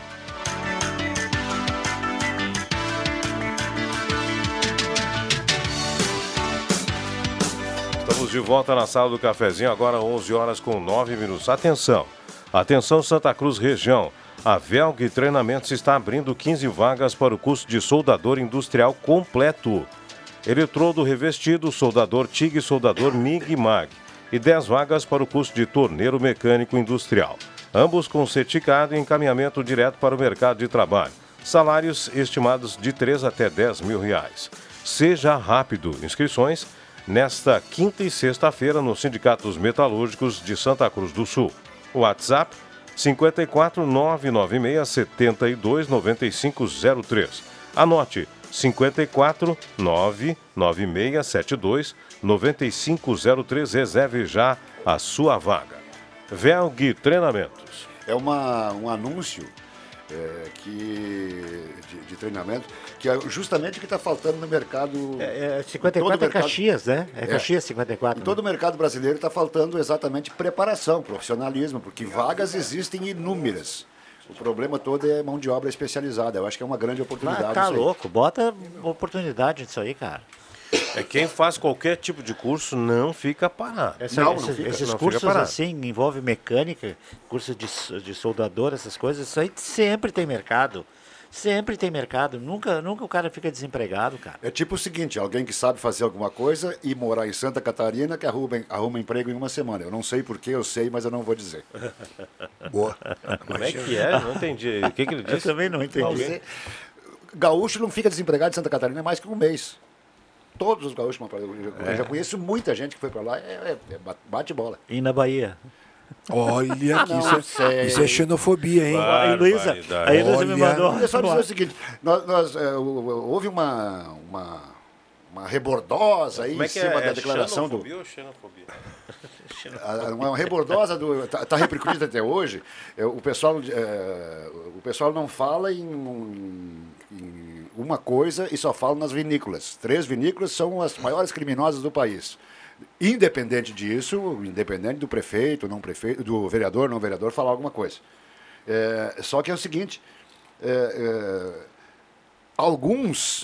Estamos de volta na Sala do Cafezinho, agora 11 horas com 9 minutos. Atenção, atenção Santa Cruz região. A Velg Treinamentos está abrindo 15 vagas para o curso de soldador industrial completo. Eletrodo revestido, soldador TIG, soldador MIG e MAG. E 10 vagas para o curso de torneiro mecânico industrial. Ambos com certificado e encaminhamento direto para o mercado de trabalho. Salários estimados de 3 até 10 mil reais. Seja rápido. Inscrições nesta quinta e sexta-feira no Sindicato dos Metalúrgicos de Santa Cruz do Sul. WhatsApp 54 996 72 9503. Anote 54 996 72 9503. Reserve já a sua vaga. Velg Treinamentos. É um anúncio de treinamento, que é justamente o que está faltando no mercado. 54 é Caxias, né? É Caxias 54. Em todo o mercado brasileiro está faltando exatamente preparação, profissionalismo, porque vagas existem inúmeras. O problema todo é mão de obra especializada. Eu acho que é uma grande oportunidade. Tá louco, bota oportunidade nisso aí, cara. Quem faz qualquer tipo de curso não fica parado. Esses cursos assim, envolve mecânica, curso de soldador, essas coisas, isso aí sempre tem mercado. Sempre tem mercado. Nunca o cara fica desempregado, cara. É tipo o seguinte, alguém que sabe fazer alguma coisa e morar em Santa Catarina que arruma emprego em uma semana. Eu não sei porquê, eu sei, mas eu não vou dizer. Boa. Como é que é? Não entendi. O que ele disse? Eu também não entendi. Gaúcho não fica desempregado em Santa Catarina mais que um mês. Todos os gaúchos, eu já conheço muita gente que foi para lá, bate bola. E na Bahia? Olha, isso é xenofobia, hein? A Luísa me mandou. É só dizer o seguinte, houve uma rebordosa aí em cima da declaração do... Xenofobia ou xenofobia? Uma rebordosa está repercutida até hoje. O pessoal não fala em uma coisa e só fala nas vinícolas. 3 vinícolas são as maiores criminosas do país. Independente disso, independente do prefeito, não prefeito, do vereador, não vereador, falar alguma coisa. Só que é o seguinte, alguns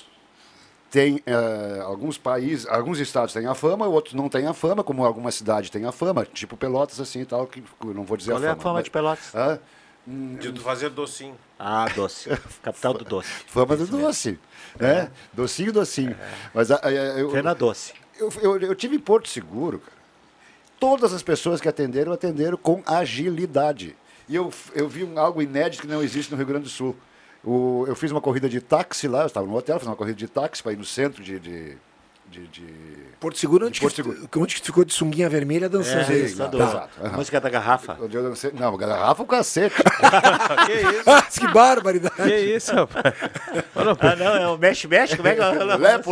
países, alguns estados têm a fama, outros não têm a fama, como alguma cidade tem a fama, tipo Pelotas assim e tal, que não vou dizer Qual é a fama de Pelotas? De fazer docinho. Ah, doce. Capital do doce. Fama do doce. Né? Docinho. Mas Fena doce. Eu tive em Porto Seguro, cara. Todas as pessoas que atenderam com agilidade. E eu vi algo inédito que não existe no Rio Grande do Sul. Eu fiz uma corrida de táxi lá, eu estava no hotel, fiz uma corrida de táxi para ir no centro de Porto Seguro, onde que ficou de sunguinha vermelha dançando? Exato. Música da garrafa. Não, garrafa o cacete. Que isso? Que barbaridade. Que isso, rapaz? Não, é o mexe-mexe, como é que é? Lepo.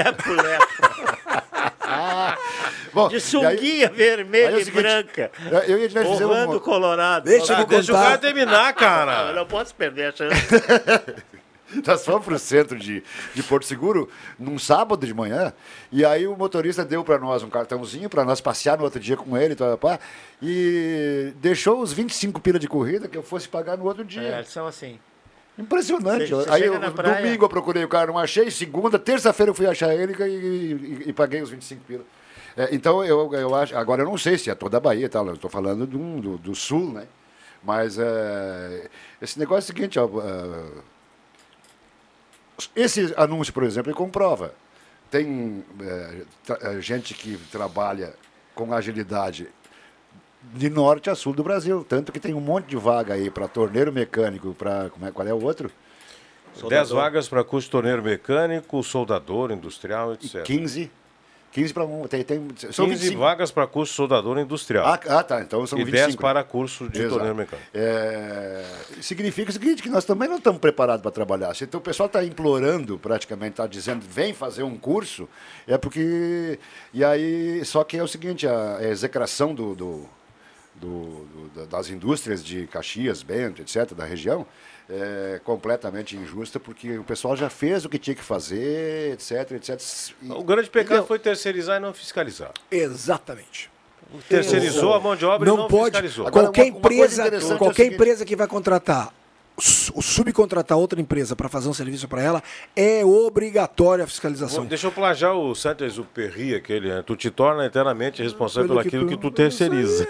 Bom, de sunguinha vermelha e branca. Eu ia dizer Orlando Colorado. Deixa o cara terminar, cara. Eu não posso perder a chance. Nós fomos para o centro de Porto Seguro num sábado de manhã, e aí o motorista deu para nós um cartãozinho para nós passear no outro dia com ele e deixou os 25 pila de corrida que eu fosse pagar no outro dia. Eles são assim. Impressionante. Você aí domingo eu procurei o cara, não achei, segunda, terça-feira eu fui achar ele e paguei os 25 pila. Então eu acho, agora eu não sei se é toda a Bahia, tá? Eu estou falando do sul, né? Mas esse negócio é o seguinte, esse anúncio, por exemplo, ele comprova. Tem gente que trabalha com agilidade de norte a sul do Brasil. Tanto que tem um monte de vaga aí para torneiro mecânico, qual é o outro? 10 vagas para curso de torneiro mecânico, soldador, industrial, etc. 15 para um. São 15 vagas para curso de soldador industrial. Tá. Então são 25. E 10 para curso de torneiro mecânico. Significa o seguinte, que nós também não estamos preparados para trabalhar. Se então, o pessoal está implorando, praticamente, está dizendo, vem fazer um curso, é porque... E aí, só que é o seguinte, a execração das indústrias de Caxias, Bento, etc., da região, é completamente injusta, porque o pessoal já fez o que tinha que fazer, etc. O grande pecado foi terceirizar e não fiscalizar. Exatamente. Terceirizou a mão de obra e não pode. fiscalizou. Qualquer Agora, empresa que vai contratar, subcontratar outra empresa para fazer um serviço para ela, é obrigatória a fiscalização. Deixa eu plagiar o Saint-Exupéry, aquele, né? Tu te torna eternamente responsável pelo aquilo que tu terceiriza.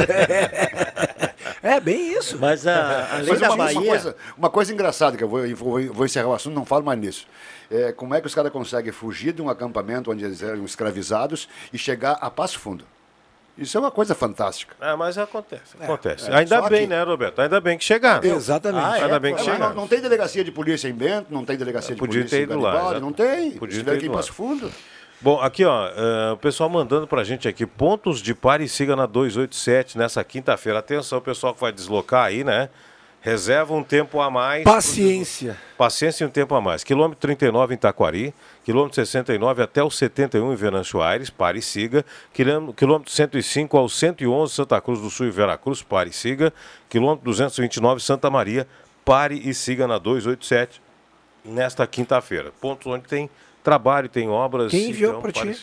É bem isso. Mas além da Bahia... Uma coisa engraçada, que eu vou encerrar o assunto, não falo mais nisso. Como é que os caras conseguem fugir de um acampamento onde eles eram escravizados e chegar a Passo Fundo? Isso é uma coisa fantástica. Mas acontece. Ainda bem, né, Roberto? Ainda bem que chegaram. Exatamente. Ainda bem que chegaram. Não tem delegacia de polícia em Bento, não tem delegacia de polícia em Garibaldi, não tem. Podia ter ter aqui em ido Passo Fundo. Bom, aqui, ó, o pessoal mandando pra gente aqui, pontos de pare e siga na 287 nessa quinta-feira. Atenção, pessoal que vai deslocar aí, né? Reserva um tempo a mais. Paciência e um tempo a mais. Quilômetro 39 em Taquari, quilômetro 69 até o 71 em Venâncio Aires, pare e siga. Quilômetro 105 ao 111 Santa Cruz do Sul e Veracruz, pare e siga. Quilômetro 229 Santa Maria, pare e siga na 287 nesta quinta-feira. Pontos onde tem trabalho, tem obras. Quem enviou para ti?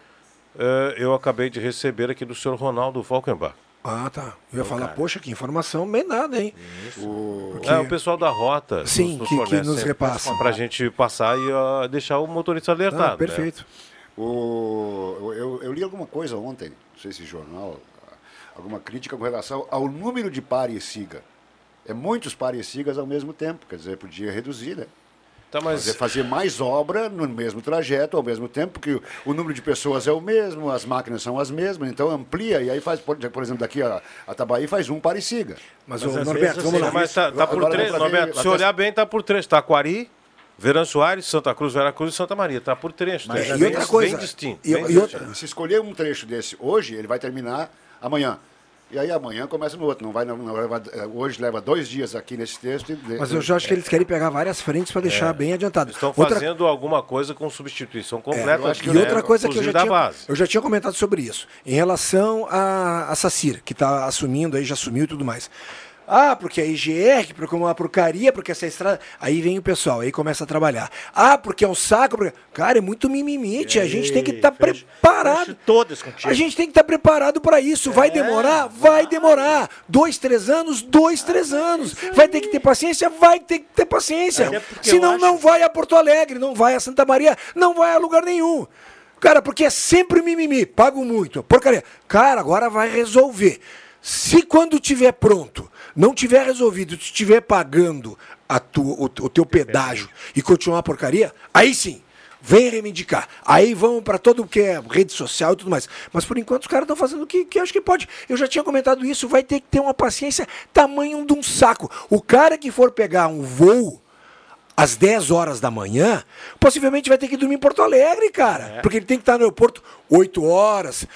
Eu acabei de receber aqui do senhor Ronaldo Falkenbach. Ah, tá. Eu ia falar, poxa, que informação bem nada, hein? O pessoal da Rota sim, que nos repassa. Para a gente passar e deixar o motorista alertado. Perfeito. Né? Eu li alguma coisa ontem, não sei se jornal, alguma crítica com relação ao número de pare e siga. É muitos pare e sigas ao mesmo tempo, quer dizer, podia reduzir, né? Tá, mas... fazer mais obra no mesmo trajeto, ao mesmo tempo, que o número de pessoas é o mesmo, as máquinas são as mesmas, então amplia, e aí faz, por exemplo, daqui a Tabaí faz um pare e siga. Mas Norberto, vamos lá. Mas tá por três, Norberto, se olhar bem, tá por três. Taquari, Venâncio Aires, Santa Cruz, Veracruz e Santa Maria. Tá por trecho. E outra coisa, bem distinto. Se escolher um trecho desse hoje, ele vai terminar amanhã. E aí amanhã começa no outro. Hoje leva 2 dias aqui nesse texto. Mas eu já acho que eles querem pegar várias frentes para deixar bem adiantado. Estão fazendo alguma coisa com substituição completa. E outra coisa que eu já tinha comentado sobre isso. Em relação a Sacir, que está assumindo, aí já assumiu e tudo mais. Porque a IGR, porque é uma porcaria, porque essa estrada... Aí vem o pessoal, aí começa a trabalhar. Porque é um saco... Cara, é muito mimimite, a gente tem que estar preparado. Todas contigo. A gente tem que estar preparado para isso. Vai demorar? Vai demorar. 2, 3 anos? 2, 3 anos. Vai ter que ter paciência? Vai ter que ter paciência. Senão não vai a Porto Alegre, não vai a Santa Maria, não vai a lugar nenhum. Cara, porque é sempre mimimi. Pago muito. Porcaria. Cara, agora vai resolver. Se quando tiver pronto, não tiver resolvido, tu estiver pagando o teu pedágio e continuar a porcaria, aí sim, vem reivindicar. Aí vão para todo o que é rede social e tudo mais. Mas por enquanto os caras estão fazendo o que eu acho que pode. Eu já tinha comentado isso, vai ter que ter uma paciência tamanho de um saco. O cara que for pegar um voo às 10 horas da manhã, possivelmente vai ter que dormir em Porto Alegre, cara. Porque ele tem que estar no aeroporto 8 horas,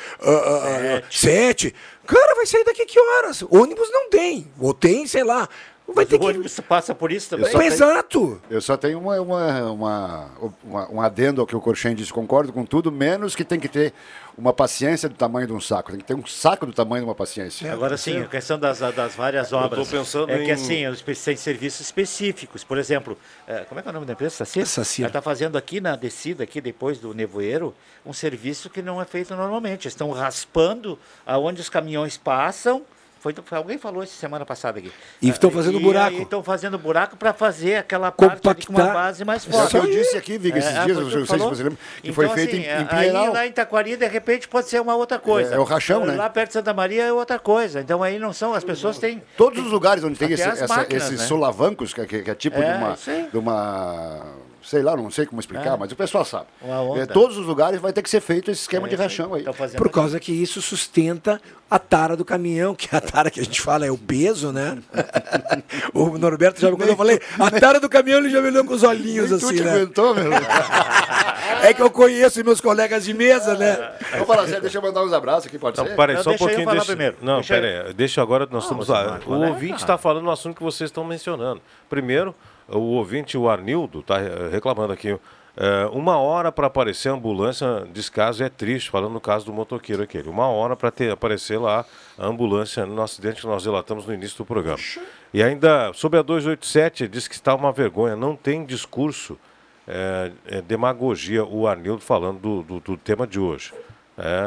7. Cara, vai sair daqui que horas? Ônibus não tem. Ou tem, sei lá. Vai ter o ônibus passa por isso também. Exato. Eu só tenho um adendo ao que o Corchen disse. Concordo com tudo, menos que tem que ter uma paciência do tamanho de um saco. Tem que ter um saco do tamanho de uma paciência. Agora sim, a questão das várias obras. Eu tô pensando que assim, eles têm serviços específicos. Por exemplo, como é que é o nome da empresa? Sacir? Sacir. Ela está fazendo aqui na descida, aqui depois do nevoeiro, um serviço que não é feito normalmente. Eles estão raspando aonde os caminhões passam. Alguém falou isso semana passada aqui. E estão fazendo buraco. Estão fazendo buraco para fazer aquela parte ali com uma base mais forte. Eu disse aqui, Viga, esses dias, não sei se você lembra, que então, foi feito em Pinheiral. Aí lá em Taquari, de repente, pode ser uma outra coisa. É o rachão, né? Lá perto de Santa Maria é outra coisa. Então aí não são, as pessoas têm... Todos os lugares onde tem máquinas, esses solavancos, que é tipo de uma... Sei lá, não sei como explicar, mas o pessoal sabe. Todos os lugares vai ter que ser feito esse esquema de rachão aí. Por causa que isso sustenta a tara do caminhão, que a tara que a gente fala é o peso, né? O Norberto, quando eu falei, a tara do caminhão, ele já me olhou com os olhinhos assim, tu né? Aguentou, meu? É que eu conheço meus colegas de mesa, né? Vamos falar sério, deixa eu mandar uns abraços aqui, pode ser? Peraí, só um pouquinho. Primeiro. Não, peraí, deixa agora, nós estamos lá. O ouvinte está falando no assunto que vocês estão mencionando. Primeiro, o ouvinte, o Arnildo, está reclamando aqui. 1 hora para aparecer a ambulância, descaso é triste, falando no caso do motoqueiro aquele. 1 hora para aparecer lá a ambulância no acidente que nós relatamos no início do programa. E ainda, sobre a 287, diz que está uma vergonha, não tem discurso, demagogia, o Arnildo falando do tema de hoje.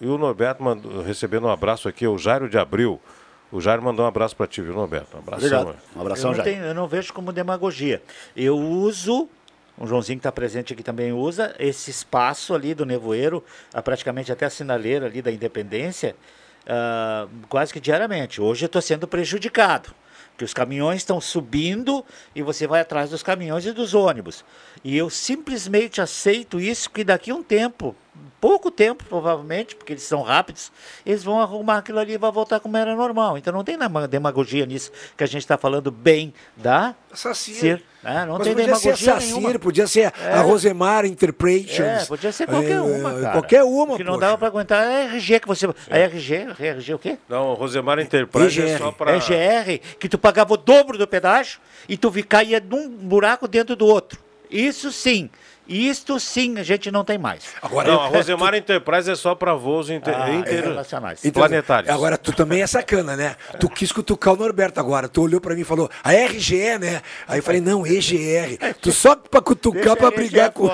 E o Norberto recebendo um abraço aqui, o Jairo de Abril. O Jairo mandou um abraço para ti, viu, Norberto? Um abração. Obrigado. Um abração, Jairo. Eu não vejo como demagogia. Eu uso, o Joãozinho que está presente aqui também usa, esse espaço ali do nevoeiro, praticamente até a sinaleira ali da Independência, quase que diariamente. Hoje eu estou sendo prejudicado, porque os caminhões estão subindo e você vai atrás dos caminhões e dos ônibus. E eu simplesmente aceito isso, que daqui a um tempo, pouco tempo provavelmente, porque eles são rápidos, eles vão arrumar aquilo ali e vai voltar como era normal. Então não tem demagogia nisso, que a gente está falando bem da SACIR. Não Mas tem podia demagogia ser a SACIR, nenhuma. Podia ser a Rosemar Interpretations. Podia ser qualquer uma, cara. Qualquer uma, que não dava para aguentar a RG que você... A RG o quê? Não, Rosemar Enterprise é só para... EGR, que tu pagava o dobro do pedágio e tu caía num buraco dentro do outro. Isso sim a gente não tem mais. Agora, não, a Rosemar Enterprise é só para voos internacionais. Planetários. Agora, tu também é sacana, né? Tu quis cutucar o Norberto agora. Tu olhou para mim e falou, a RGE, né? Aí eu falei, não, EGR. Tu só para cutucar, para brigar com...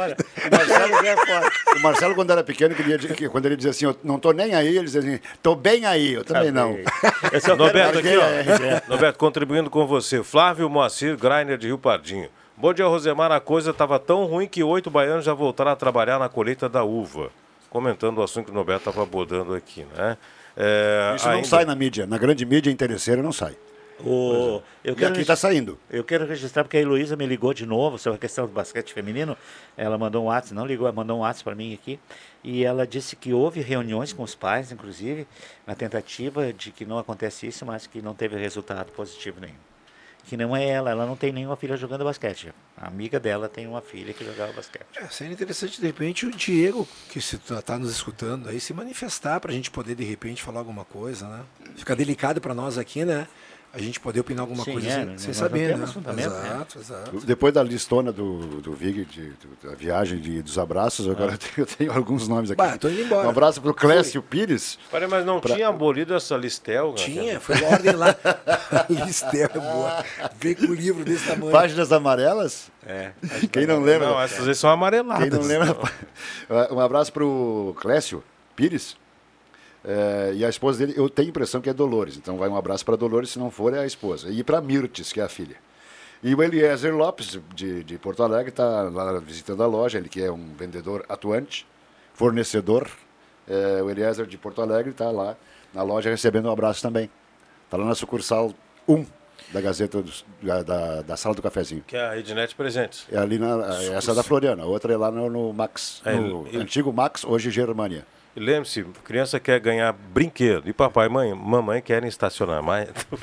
O Marcelo, quando era pequeno, quando ele dizia assim, eu não tô nem aí, ele dizia assim, tô bem aí. Eu também não. Norberto, aqui, ó. Norberto, contribuindo com você. Flávio Moacir Greiner de Rio Pardinho. Bom dia, Rosemar. A coisa estava tão ruim que 8 baianos já voltaram a trabalhar na colheita da uva. Comentando o assunto que o Norberto estava abordando aqui, né? Isso não sai na mídia. Na grande mídia interesseira não sai. E aqui está saindo. Eu quero registrar porque a Heloísa me ligou de novo sobre a questão do basquete feminino. Ela mandou um WhatsApp, não ligou, ela mandou um WhatsApp para mim aqui. E ela disse que houve reuniões com os pais, inclusive, na tentativa de que não acontece isso, mas que não teve resultado positivo nenhum. Que não é ela não tem nenhuma filha jogando basquete. A amiga dela tem uma filha que jogava basquete. Seria interessante, de repente, o Diego, que está nos escutando aí, se manifestar para a gente poder, de repente, falar alguma coisa, né? Fica delicado para nós aqui, né? A gente poder opinar alguma coisa sem saber, né? Exato. Depois da listona do Vig, da viagem dos abraços, agora eu tenho alguns nomes aqui. Tô indo embora. Um abraço para o Clécio Pires. Mas não tinha abolido essa Listel? Tinha, foi uma ordem lá. Listel é boa. Vem com o livro desse tamanho. Páginas amarelas? Quem não lembra? Não, essas aí são amareladas. Quem não lembra? Um abraço para o Clécio Pires. E a esposa dele, eu tenho a impressão que é Dolores, então vai um abraço para Dolores, se não for é a esposa, e para Mirtes, que é a filha. E o Eliezer Lopes, de Porto Alegre, está lá visitando a loja, ele que é um vendedor atuante, fornecedor. O Eliezer de Porto Alegre está lá na loja recebendo um abraço também. Está lá na sucursal 1 da Gazeta, da Sala do Cafezinho. Que é a Ednet Presentes. É ali, essa é da Floriana, a outra é lá no Max, antigo Max, hoje Germânia. E lembre-se, criança quer ganhar brinquedo e papai e mamãe querem estacionar mais.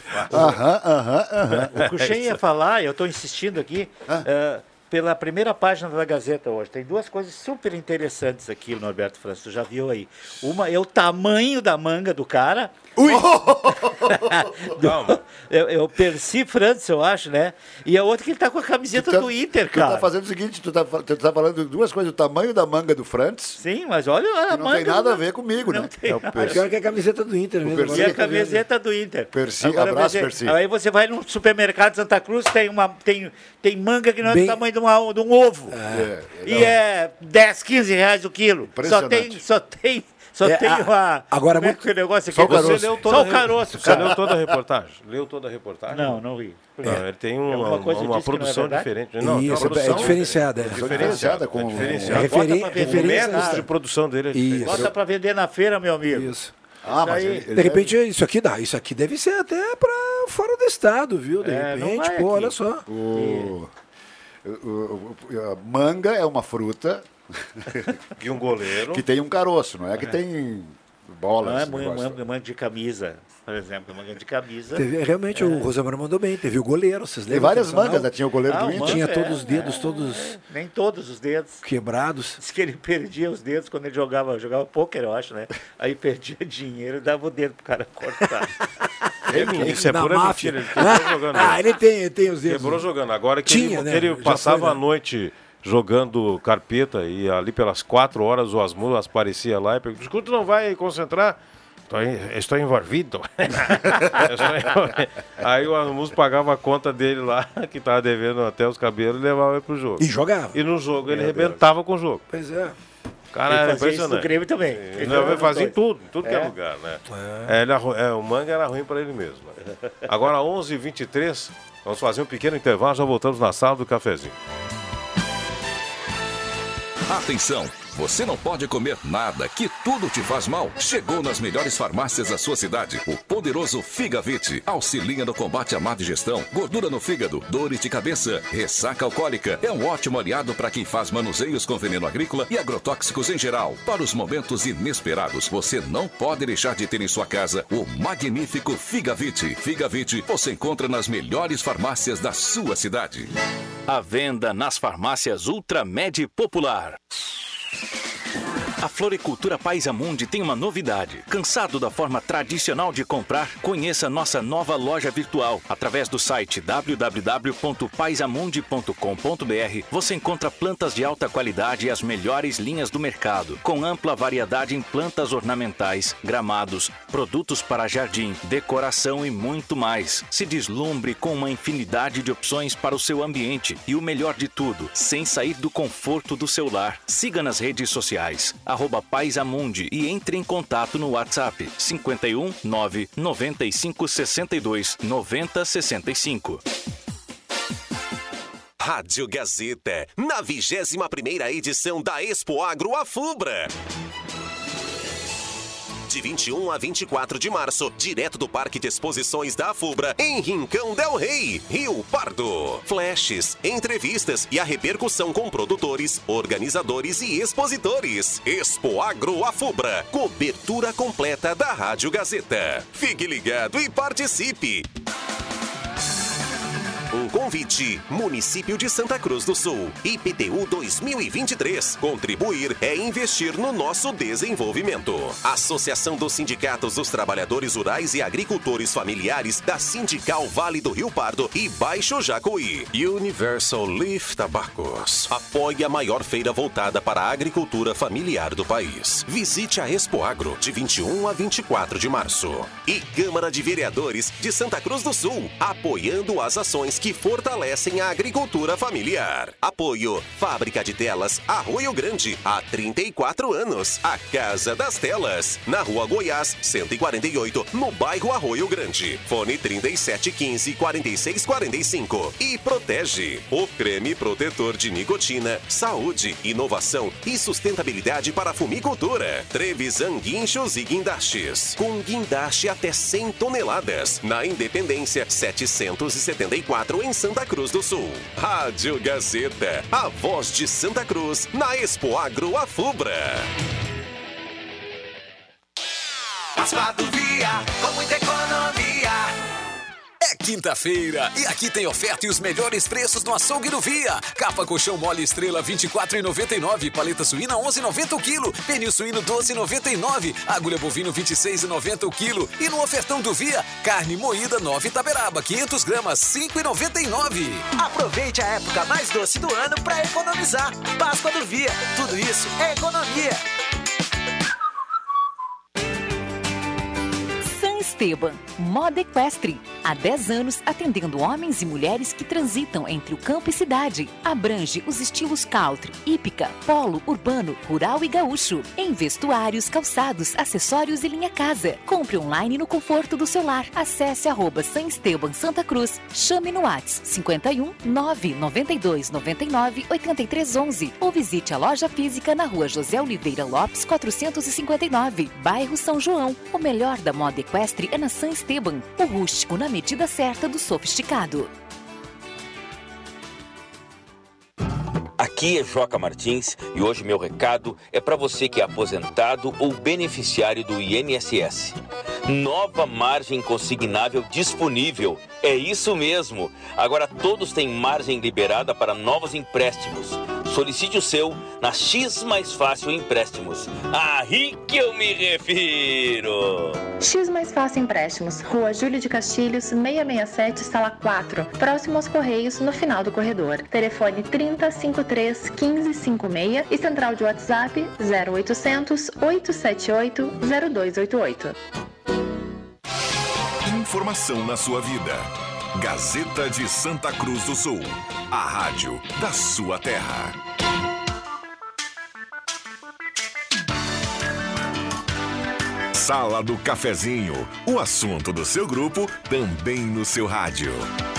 O Cuxem ia falar, eu estou insistindo aqui, pela primeira página da Gazeta hoje. Tem duas coisas super interessantes aqui, Norberto França, tu já viu aí. Uma é o tamanho da manga do cara. Ui! Calma. É o Percy França, eu acho, né? E a outra que ele tá com a camiseta do Inter, cara. Tu tá fazendo o seguinte, tu tá falando duas coisas, o tamanho da manga do Frantz. Sim, mas olha a não manga. Não tem nada a ver comigo, né? Pior que a camiseta do Inter mesmo. E a camiseta do Inter. Percy, agora, abraço, Percy. Aí você vai no supermercado de Santa Cruz, tem manga que não é do tamanho de um ovo. E é 10, 15 reais o quilo. Só tem uma... Agora, como é que o negócio aqui? Você leu toda só o caroço, Você leu toda a reportagem? Leu toda a reportagem? Não li. Não, ele tem uma produção diferente. Não, isso, é diferenciada. Diferenciada com métodos de produção dele. Bota para vender na feira, meu amigo. Isso. De repente isso aqui dá. Isso aqui deve ser até para fora do estado, viu? De repente, olha só. Manga é uma fruta... E um goleiro. Que tem um caroço, não é que tem bolas. Não é manga de camisa, por exemplo. Manga de camisa. Realmente, o Rosemar mandou bem. Teve o goleiro, vocês lembram? Tem várias mangas, né? Tinha o goleiro do Inter. Tinha todos os dedos, todos... Nem todos os dedos. Quebrados. Diz que ele perdia os dedos quando ele jogava pôquer, eu acho, né? Aí perdia dinheiro e dava o dedo pro cara cortar. Isso é pura mentira. Ele quebrou jogando. Ele tem os dedos. Quebrou jogando. Agora que ele passava a noite... jogando carpeta e ali pelas 4 horas o Asmulas aparecia lá e perguntou, escuta, não vai concentrar? Estou envolvido. Aí o Asmulas pagava a conta dele lá, que estava devendo até os cabelos, e levava ele pro jogo. E jogava. E no jogo ele arrebentava com o jogo. Pois é. Cara, é Ele fazia isso no impressionante. Grêmio também. Ele fazia em tudo que é É. lugar, né? O Manga era ruim para ele mesmo. Né? Agora, 11h23, vamos fazer um pequeno intervalo, já voltamos na sala do cafezinho. Atenção! Você não pode comer nada, que tudo te faz mal. Chegou nas melhores farmácias da sua cidade. O poderoso Figavit auxilia no combate à má digestão, gordura no fígado, dores de cabeça, ressaca alcoólica. É um ótimo aliado para quem faz manuseios com veneno agrícola e agrotóxicos em geral. Para os momentos inesperados, você não pode deixar de ter em sua casa o magnífico Figavit. Figavit você encontra nas melhores farmácias da sua cidade. À venda nas farmácias Ultramed Popular. A Floricultura Paisamundi tem uma novidade. Cansado da forma tradicional de comprar? Conheça nossa nova loja virtual. Através do site www.paisamundi.com.br você encontra plantas de alta qualidade e as melhores linhas do mercado, com ampla variedade em plantas ornamentais, gramados, produtos para jardim, decoração e muito mais. Se deslumbre com uma infinidade de opções para o seu ambiente e o melhor de tudo, sem sair do conforto do seu lar. Siga nas redes sociais @Paisamundi e entre em contato no WhatsApp 51 9 95 62 90 65. Rádio Gazeta, na 21ª edição da Expo Agro Afubra. De 21 a 24 de março, direto do Parque de Exposições da Afubra, em Rincão del Rei, Rio Pardo. Flashes, entrevistas e a repercussão com produtores, organizadores e expositores. Expo Agro Afubra, cobertura completa da Rádio Gazeta. Fique ligado e participe! Um convite, Município de Santa Cruz do Sul, IPTU 2023. Contribuir é investir no nosso desenvolvimento. Associação dos Sindicatos dos Trabalhadores Rurais e Agricultores Familiares da Sindical Vale do Rio Pardo e Baixo Jacuí. Universal Leaf Tabacos. Apoie a maior feira voltada para a agricultura familiar do país. Visite a Expo Agro de 21 a 24 de março. E Câmara de Vereadores de Santa Cruz do Sul, apoiando as ações que fortalecem a agricultura familiar. Apoio Fábrica de Telas Arroio Grande, há 34 anos. A Casa das Telas, na Rua Goiás, 148, no bairro Arroio Grande. Fone 3715-4645. E Protege, o creme protetor de nicotina, saúde, inovação e sustentabilidade para a fumicultura. Trevisan Guinchos e Guindastes, com guindaste até 100 toneladas. Na Independência, 774 em Santa Cruz do Sul. Rádio Gazeta, a voz de Santa Cruz, na Expo Agro Afubra. Páscoa do Via, com muita economia. É quinta-feira e aqui tem oferta e os melhores preços no açougue do Via. Capa colchão mole estrela R$ 24,99, paleta suína R$ 11,90 o quilo, pernil suíno R$ 12,99, agulha bovino R$ 26,90 o quilo e no ofertão do Via, carne moída 9 Itaberaba, 500 gramas R$ 5,99. Aproveite a época mais doce do ano para economizar. Páscoa do Via, tudo isso é economia. Esteban, moda equestre. Há 10 anos atendendo homens e mulheres que transitam entre o campo e cidade. Abrange os estilos country, hípica, polo, urbano, rural e gaúcho. Em vestuários, calçados, acessórios e linha casa. Compre online no conforto do seu lar. Acesse @Sanesteban Santa Cruz. Chame no WhatsApp 51 992 99 83 11 ou visite a loja física na Rua José Oliveira Lopes 459, bairro São João. O melhor da moda equestre é na San Esteban, o rústico na medida certa do sofisticado. Aqui é Joca Martins e hoje meu recado é para você que é aposentado ou beneficiário do INSS. Nova margem consignável disponível. É isso mesmo. Agora todos têm margem liberada para novos empréstimos. Solicite o seu na X Mais Fácil Empréstimos. Aí que eu me refiro. X Mais Fácil Empréstimos, Rua Júlio de Castilhos, 667, Sala 4, próximo aos Correios, no final do corredor. Telefone 3053 1556 e central de WhatsApp 0800 878 0288. Informação na sua vida. Gazeta de Santa Cruz do Sul. A rádio da sua terra. Sala do Cafezinho, o assunto do seu grupo também no seu rádio.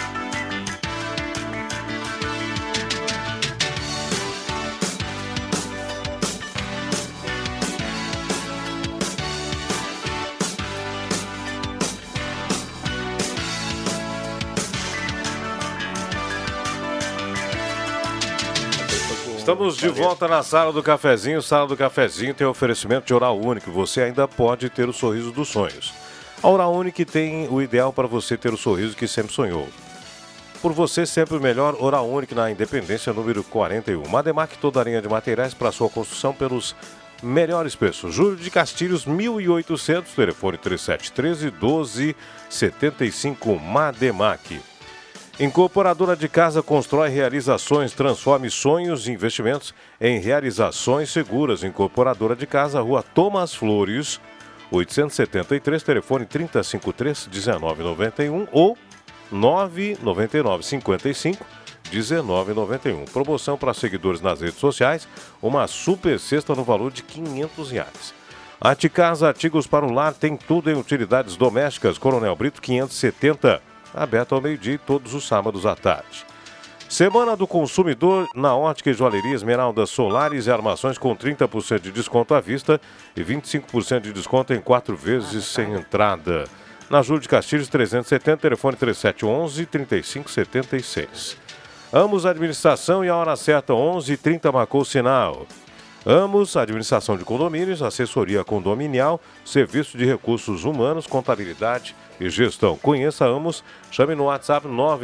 Estamos de volta na Sala do Cafezinho. Sala do Cafezinho tem oferecimento de Oral Unique. Você ainda pode ter o sorriso dos sonhos. A Oral Unique tem o ideal para você ter o sorriso que sempre sonhou. Por você, sempre o melhor. Oral Unique na Independência, número 41. Mademac, toda a linha de materiais para sua construção pelos melhores preços. Júlio de Castilhos, 1800, telefone 3713-1275, Mademac. Incorporadora de Casa constrói realizações, transforme sonhos e investimentos em realizações seguras. Incorporadora de Casa, Rua Thomas Flores, 873, telefone 3053-1991 ou 999-55-1991. Promoção para seguidores nas redes sociais, uma super cesta no valor de R$500. Aticasa, artigos para o lar, tem tudo em utilidades domésticas. Coronel Brito, 570. Aberto ao meio-dia e todos os sábados à tarde. Semana do Consumidor na Ótica e Joalheria Esmeralda Solares e Armações com 30% de desconto à vista e 25% de desconto em 4 vezes sem entrada. Na Júlio de Castilhos 370, telefone 3711-3576. Amos Administração e a hora certa 11h30 marcou o sinal. Amos, administração de condomínios, assessoria condominial, serviço de recursos humanos, contabilidade e gestão. Conheça Amos, chame no WhatsApp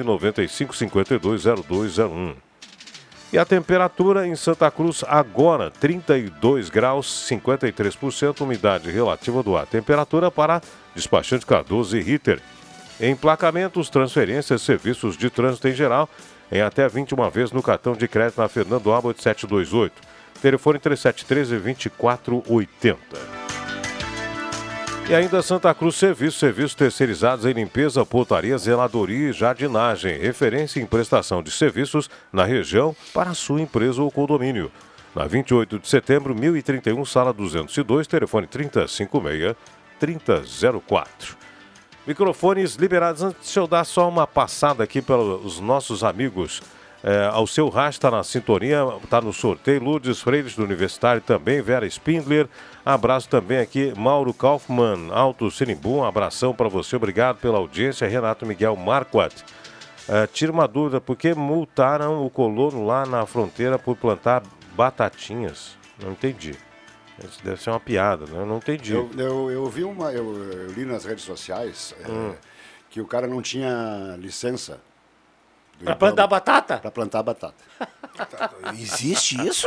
995-520201. E a temperatura em Santa Cruz agora, 32 graus, 53%, umidade relativa do ar. Temperatura para despachante Cardoso e Ritter. Emplacamentos, transferências, serviços de trânsito em geral, em até 21 vezes no cartão de crédito na Fernando Abbott 728. Telefone 3713-2480. E ainda Santa Cruz serviços terceirizados em limpeza, portaria, zeladoria e jardinagem. Referência em prestação de serviços na região para a sua empresa ou condomínio. Na 28 de setembro, 1031, sala 202, telefone 3056-3004. Microfones liberados. Antes, deixa eu dar só uma passada aqui pelos nossos amigos. Ao seu rádio está na sintonia, está no sorteio. Lourdes Freires do Universitário também, Vera Spindler. Abraço também aqui, Mauro Kaufmann, Alto Sinimbu. Um abração para você, obrigado pela audiência. Renato Miguel Marquardt. Tira uma dúvida, por que multaram o colono lá na fronteira por plantar batatinhas? Não entendi. Isso deve ser uma piada, né? Eu não entendi. Eu vi eu li nas redes sociais que o cara não tinha licença. Para plantar batata? Para plantar batata. Existe isso?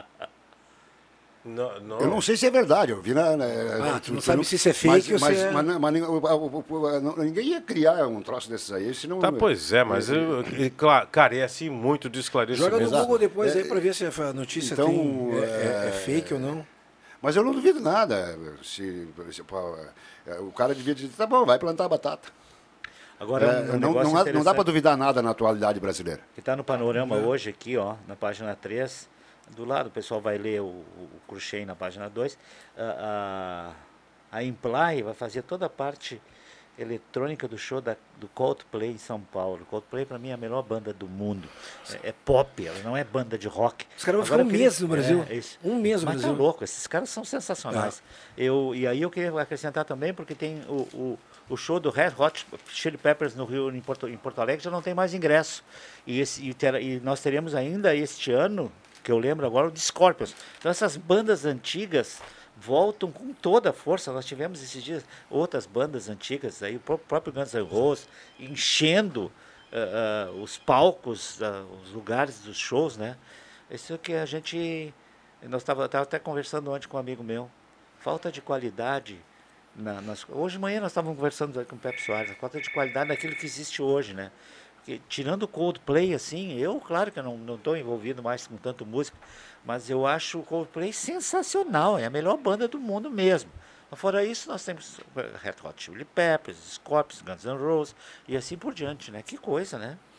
Não. Eu não sei se é verdade. Eu vi tu não sabe se isso é fake ou se é... Mas ninguém ia criar um troço desses aí, senão... Pois é, mas carece muito de esclarecimento. Joga no Google depois aí para ver se a notícia então, é fake ou não. Mas eu não duvido nada. O cara devia dizer, tá bom, vai plantar batata. Agora, não dá para duvidar nada na atualidade brasileira. Que está no panorama hoje aqui, ó, na página 3, do lado, o pessoal vai ler o crochê na página 2, a Imply vai fazer toda a parte eletrônica do show do Coldplay em São Paulo. Coldplay, para mim, é a melhor banda do mundo. É pop, ela não é banda de rock. Os caras vão ficar um mês no Brasil. Um mês no Brasil. Mas tá louco, esses caras são sensacionais. E aí eu queria acrescentar também, porque tem o show do Red Hot Chili Peppers no Rio, em Porto Alegre, já não tem mais ingresso. E nós teremos ainda este ano, que eu lembro agora, o de Scorpions. Então essas bandas antigas voltam com toda a força. Nós tivemos esses dias outras bandas antigas, aí, o próprio Guns N' Roses, enchendo os palcos, os lugares dos shows, né? Isso é que a gente... Nós estava até conversando ontem com um amigo meu. Falta de qualidade... Hoje de manhã nós estávamos conversando com o Pepe Soares, a falta de qualidade daquilo que existe hoje, né? Porque, tirando o Coldplay, assim, eu, claro que eu não estou envolvido mais com tanto música, mas eu acho o Coldplay sensacional, é a melhor banda do mundo mesmo. Fora isso, nós temos Red Hot Chili Peppers, Scorpions, Guns N' Roses e assim por diante, né? Que coisa, né?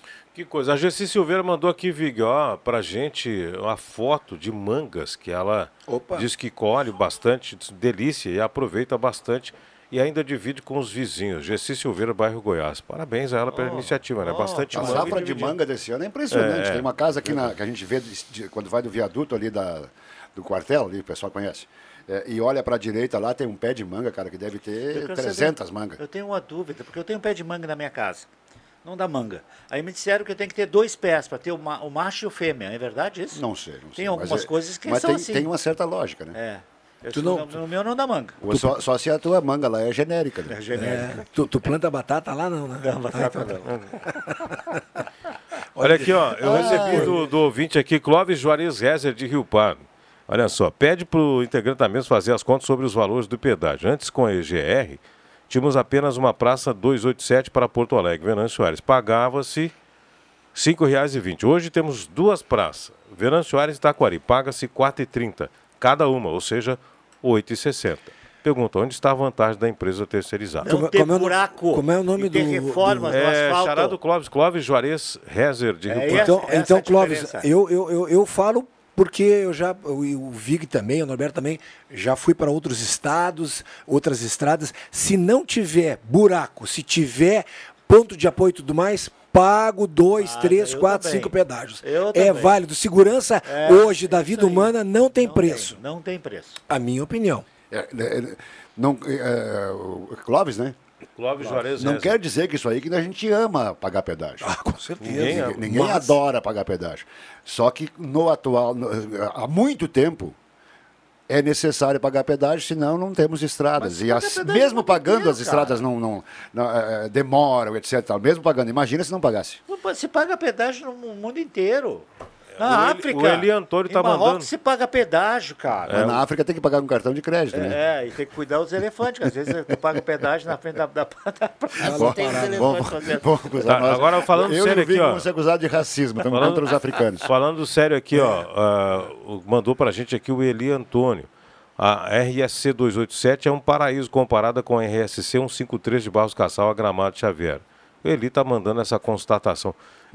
Que coisa. A Gessi Silveira mandou aqui, Vig, pra gente uma foto de mangas que ela diz que colhe bastante, delícia, e aproveita bastante e ainda divide com os vizinhos. Gessi Silveira, bairro Goiás. Parabéns a ela pela iniciativa, né? Bastante a manga. A safra de manga desse ano é impressionante. Tem uma casa aqui que a gente vê quando vai do viaduto ali do quartel, ali, o pessoal conhece. E olha para a direita lá, tem um pé de manga, cara, que deve ter 300 mangas. Eu tenho uma dúvida, porque eu tenho um pé de manga na minha casa. Não dá manga. Aí me disseram que eu tenho que ter 2 pés para ter o macho e o fêmea. É verdade isso? Não sei. Tem algumas coisas que mas são assim. Tem uma certa lógica, né? No meu não dá manga. Só se a tua manga lá é genérica. Né? É genérica. Tu planta batata lá não, né? Não, batata não. Olha aqui, eu recebi do ouvinte aqui, Clóvis Juarez Rezer de Rio Pardo. Olha só, pede para o integrante da mesa fazer as contas sobre os valores do pedágio. Antes, com a EGR, tínhamos apenas uma praça 287 para Porto Alegre, Venâncio Soares. Pagava-se R$ 5,20. Hoje temos 2 praças, Venâncio Soares e Taquari. Paga-se R$ 4,30 cada uma, ou seja, R$ 8,60. Pergunta, onde está a vantagem da empresa terceirizada? Não ter buraco. Como é o nome do reformas do asfalto? Chará do Clóvis Juarez Rezer de Rio Pardo. Então Clóvis, eu falo porque o Vig também, o Norberto também, já fui para outros estados, outras estradas. Se não tiver buraco, se tiver ponto de apoio e tudo mais, pago 2, 3, 4, 5 pedágios. É válido. Segurança hoje da vida humana não tem preço. Não tem preço. A minha opinião. Clóvis, né? Clóvis Juarez. Não quer dizer que isso aí que a gente ama pagar pedágio. Com certeza. Ninguém adora pagar pedágio. Só que há muito tempo é necessário pagar pedágio, senão não temos estradas. E mesmo pagando, as estradas não demoram, etc. Mesmo pagando, imagina se não pagasse. Se paga pedágio no mundo inteiro. Na África. O Eli Antônio está mandando. Marrocos se paga pedágio, cara. Na África tem que pagar com cartão de crédito, né? E tem que cuidar dos elefantes, que às vezes tu paga pedágio na frente da praça. Tem os elefantes. Agora falando sério aqui, vamos ser acusados de racismo, estamos contra os africanos. Falando sério aqui, mandou pra gente aqui o Eli Antônio. A RSC 287 é um paraíso comparada com a RSC 153 de Barros Cassal a Gramado Xavier. O Eli está mandando essa constatação.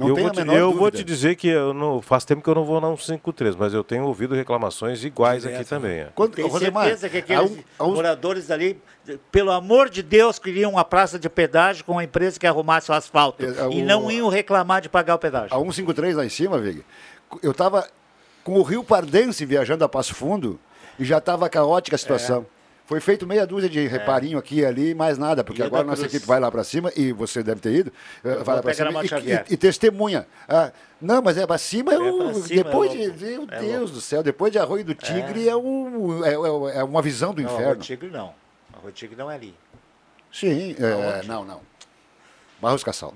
Eu vou te dizer que faz tempo que eu não vou na 153, mas eu tenho ouvido reclamações iguais aqui também. Tenho certeza que aqueles moradores ali, pelo amor de Deus, queriam uma praça de pedágio com uma empresa que arrumasse o asfalto. E não iam reclamar de pagar o pedágio. A 153 lá em cima, Vig, eu estava com o Rio Pardense viajando a Passo Fundo e já estava caótica a situação. Foi feito meia dúzia de reparinho aqui e ali, mais nada, porque agora nossa equipe vai lá para cima, e você deve ter ido, vai lá para cima e testemunha. Não, mas é para cima, meu Deus do céu, depois de Arroio do Tigre é uma visão do inferno. Arroio do Tigre não. Arroio do Tigre não é ali. Sim, não. Barros Cassal.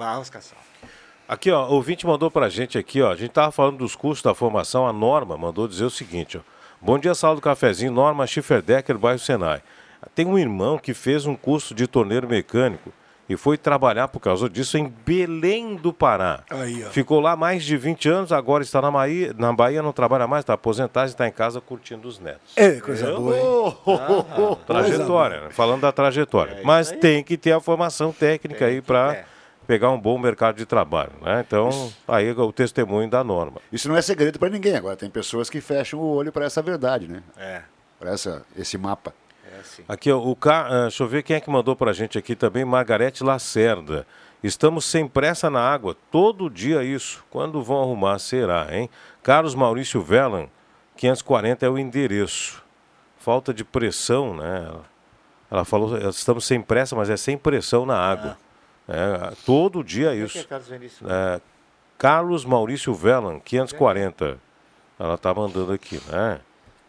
Aqui, o ouvinte mandou para a gente aqui, a gente estava falando dos custos da formação, a Norma mandou dizer o seguinte, Bom dia, sala do cafezinho, Norma Schifferdecker, bairro Senai. Tem um irmão que fez um curso de torneiro mecânico e foi trabalhar por causa disso em Belém do Pará. Ficou lá mais de 20 anos, agora está na Bahia, não trabalha mais, está aposentado e está em casa curtindo os netos. Coisa boa, hein? Trajetória, né? Falando da trajetória. Mas tem que ter a formação técnica aí para pegar um bom mercado de trabalho, né? Então, aí o testemunho da Norma. Isso não é segredo para ninguém. Agora, tem pessoas que fecham o olho para essa verdade, né? Para esse mapa. Aqui, deixa eu ver quem é que mandou para a gente aqui também, Margarete Lacerda. Estamos sem pressa na água, todo dia isso. Quando vão arrumar, será, hein? Carlos Maurício Velan, 540 é o endereço. Falta de pressão, né? Ela falou, estamos sem pressa, mas é sem pressão na água. Todo dia isso. Carlos Maurício Velan, 540. Ela está mandando aqui, né?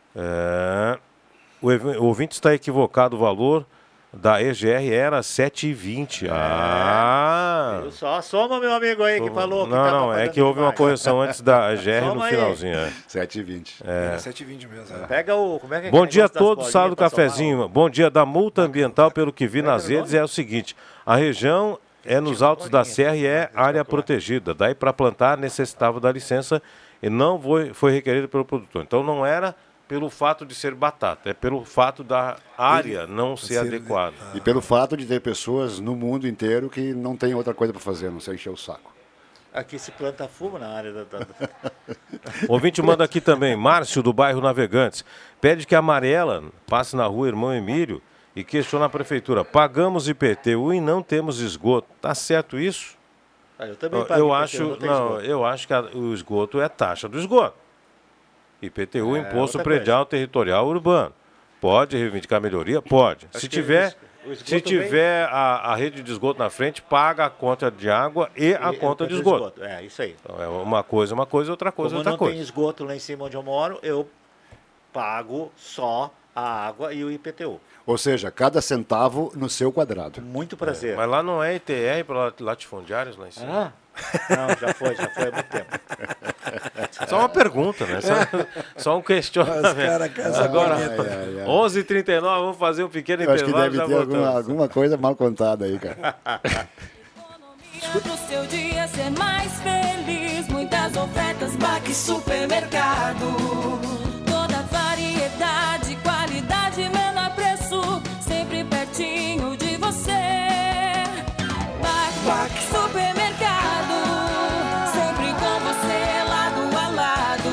O ouvinte está equivocado, o valor da EGR era 7,20. Só soma, meu amigo aí que falou. Não, é que houve uma correção antes da EGR no finalzinho. 7,20. Era 7,20 mesmo. Pega o... Como é que Bom dia a todos, sala do cafezinho. Bom dia. Da multa ambiental, pelo que vi nas redes, é o seguinte. A região é nos altos da serra e é área protegida. Daí para plantar necessitava da licença e não foi requerido pelo produtor. Então não era pelo fato de ser batata, é pelo fato da área não ser adequada. E pelo fato de ter pessoas no mundo inteiro que não tem outra coisa para fazer, não sei encher o saco. Aqui se planta fumo na área O ouvinte manda aqui também, Márcio, do bairro Navegantes. Pede que a Amarela passe na rua Irmão Emílio e questiona a prefeitura. Pagamos IPTU e não temos esgoto. Tá certo isso? Eu também pago IPTU, eu acho que o esgoto é taxa do esgoto. IPTU, Imposto Predial Territorial Urbano. Pode reivindicar melhoria? Pode. Se tiver a rede de esgoto na frente, paga a conta de água e a conta de esgoto. É, isso aí. Então, é uma coisa, outra coisa, outra coisa. Como não tem esgoto lá em cima onde eu moro, eu pago só a água e o IPTU. Ou seja, cada centavo no seu quadrado. Muito prazer. Mas lá não é ITR para latifundiários lá em cima? Não, já foi há muito tempo. Só uma pergunta, né? Só um questionamento. Agora, 11h39, vamos fazer um pequeno intervalo. Acho que deve ter alguma coisa mal contada aí, cara. Pro seu dia ser mais feliz, muitas ofertas, Baque Supermercado. Toda variedade, qualidade, menor preço, sempre pertinho de você. Baque Supermercado, sempre com você, lado a lado.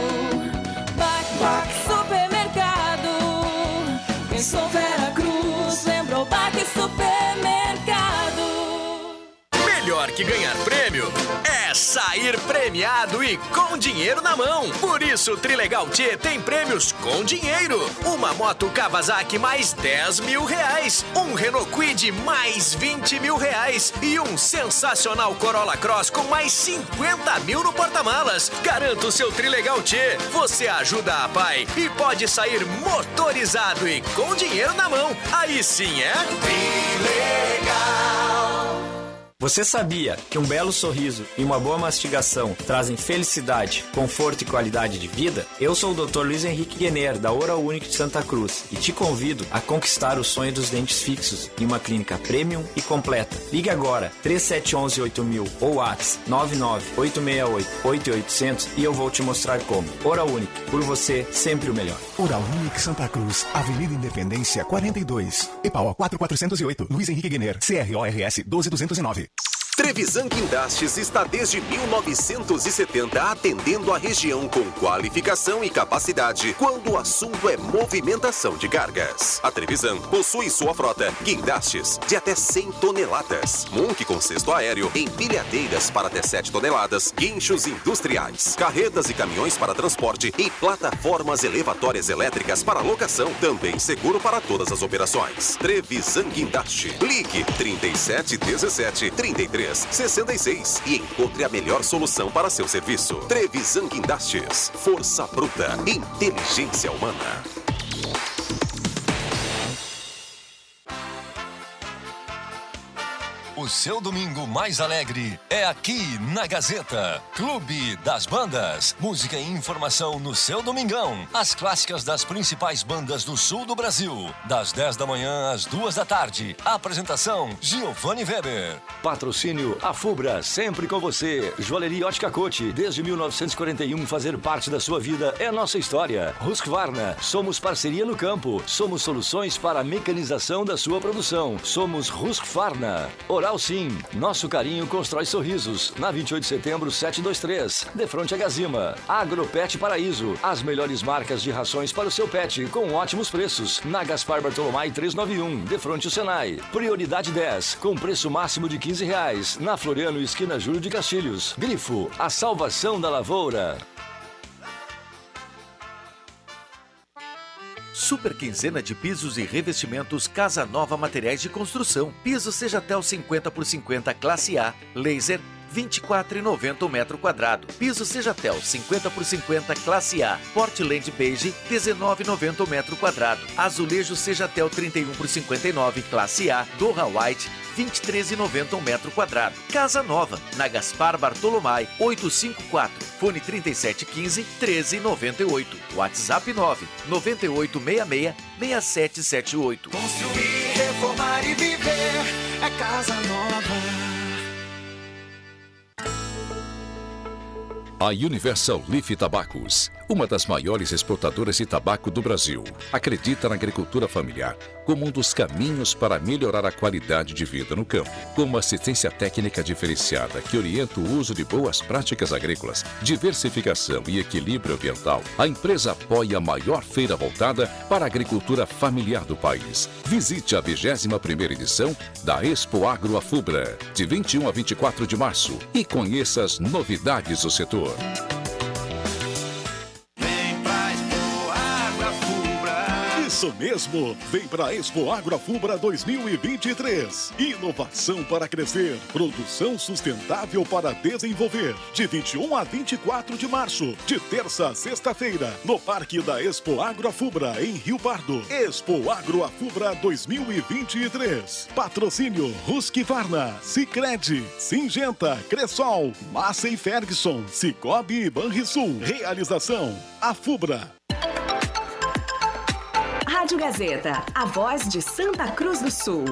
Baque Supermercado, pensou Veracruz, lembrou Baque Supermercado. Melhor que ganhar prêmio é sair premiado e com dinheiro na mão. Por isso, o Trilegal T tem prêmios com dinheiro. Uma moto Kawasaki mais R$10.000, um Renault Kwid mais R$20.000 e um sensacional Corolla Cross com mais 50 mil no porta-malas. Garanta o seu Trilegal T. Você ajuda a pai e pode sair motorizado e com dinheiro na mão. Aí sim é Trilegal. Você sabia que um belo sorriso e uma boa mastigação trazem felicidade, conforto e qualidade de vida? Eu sou o Dr. Luiz Henrique Guener, da Oral Unique de Santa Cruz, e te convido a conquistar o sonho dos dentes fixos em uma clínica premium e completa. Ligue agora, 3711-8000 ou WhatsApp 99868-8800 e eu vou te mostrar como. Oral Unique, por você, sempre o melhor. Oral Unique Santa Cruz, Avenida Independência 42, EPAO 4408, Luiz Henrique Guener, CRORS 12209. Trevisan Guindastes está desde 1970 atendendo a região com qualificação e capacidade quando o assunto é movimentação de cargas. A Trevisan possui sua frota guindastes de até 100 toneladas, monte com cesto aéreo, empilhadeiras para até 7 toneladas, guinchos industriais, carretas e caminhões para transporte e plataformas elevatórias elétricas para locação, também seguro para todas as operações. Trevisan Guindaste. Ligue 3717-3366 e encontre a melhor solução para seu serviço. Trevisan Guindastes. Força bruta. Inteligência humana. O seu domingo mais alegre é aqui na Gazeta. Clube das Bandas. Música e informação no seu domingão. As clássicas das principais bandas do sul do Brasil. Das 10 da manhã às 2 da tarde. Apresentação, Giovanni Weber. Patrocínio Afubra, sempre com você. Joalheria Ótica Cote. Desde 1941, fazer parte da sua vida é nossa história. Husqvarna, somos parceria no campo. Somos soluções para a mecanização da sua produção. Somos Husqvarna. Oral Sim, nosso carinho constrói sorrisos. Na 28 de setembro, 723, de frente a Gazima. Agropet Paraíso, as melhores marcas de rações para o seu pet, com ótimos preços. Na Gaspar Bartolomai 391, de frente ao Senai. Prioridade 10, com preço máximo de R$15. Na Floriano, esquina Júlio de Castilhos. Grifo, a salvação da lavoura. Super quinzena de pisos e revestimentos Casa Nova Materiais de Construção. Piso Sejatel 50x50 classe A, laser, R$ 24,90 o metro quadrado. Piso Sejatel 50x50 classe A, Portland Beige, R$ 19,90 o metro quadrado. Azulejo Sejatel 31x59 classe A, Doha White, R$ 23,90 um metro quadrado. Casa Nova, na Gaspar Bartolomai, 854. Fone 3715-1398. WhatsApp 99866-6778. Construir, reformar e viver é Casa Nova. A Universal Leaf Tabacos uma das maiores exportadoras de tabaco do Brasil, acredita na agricultura familiar como um dos caminhos para melhorar a qualidade de vida no campo. Com uma assistência técnica diferenciada que orienta o uso de boas práticas agrícolas, diversificação e equilíbrio ambiental, a empresa apoia a maior feira voltada para a agricultura familiar do país. Visite a 21ª edição da Expo Agro Afubra, de 21 a 24 de março, e conheça as novidades do setor. Isso mesmo, vem para a Expo Agro Afubra 2023. Inovação para crescer, produção sustentável para desenvolver. De 21 a 24 de março, de terça a sexta-feira, no Parque da Expo Agro Afubra, em Rio Pardo. Expo Agro Afubra 2023. Patrocínio Husqvarna, Sicredi, Singenta, Cressol, Massa e Ferguson, Cicobi e Banrisul. Realização Afubra. Rádio Gazeta, a voz de Santa Cruz do Sul.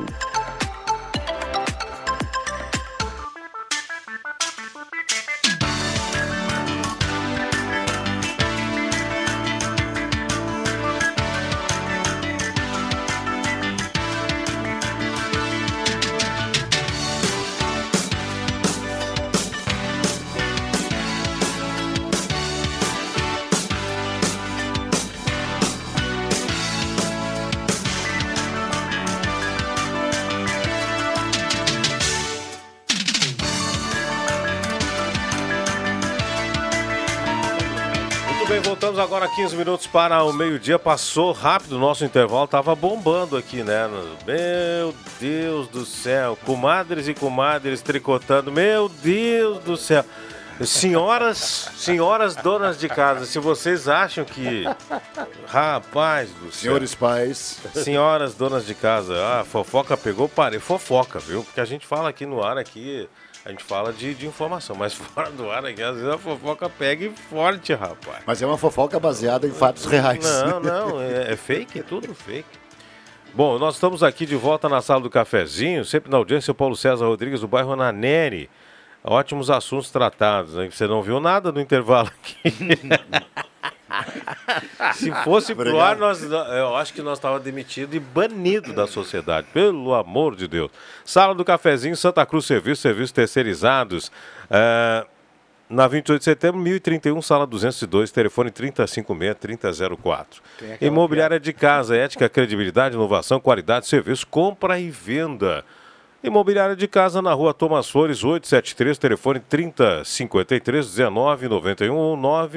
Voltamos agora 15 minutos para o meio-dia. Passou rápido o nosso intervalo, tava bombando aqui, né? Meu Deus do céu, comadres e comadres tricotando, meu Deus do céu. Senhoras donas de casa, se vocês acham que... Rapaz do céu. Senhores pais. Senhoras donas de casa, a fofoca pegou, parei. Fofoca, viu? Porque a gente fala aqui no ar, aqui... A gente fala de informação, mas fora do ar aqui, às vezes a fofoca pega e forte, rapaz. Mas é uma fofoca baseada em fatos reais. Não, é fake, é tudo fake. Bom, nós estamos aqui de volta na sala do cafezinho, sempre na audiência, o Paulo César Rodrigues, do bairro Ananeri. Ótimos assuntos tratados, hein? Você não viu nada no intervalo aqui. Se fosse pro ar, eu acho que nós estávamos demitidos e banidos da sociedade, pelo amor de Deus. Sala do Cafezinho, Santa Cruz Serviços terceirizados, na 28 de setembro, 1031, sala 202, telefone 3056-3004. Imobiliária de casa, ética, credibilidade, inovação, qualidade, serviço, compra e venda. Imobiliária de casa na rua Thomas Flores, 873, telefone 3053-1991 ou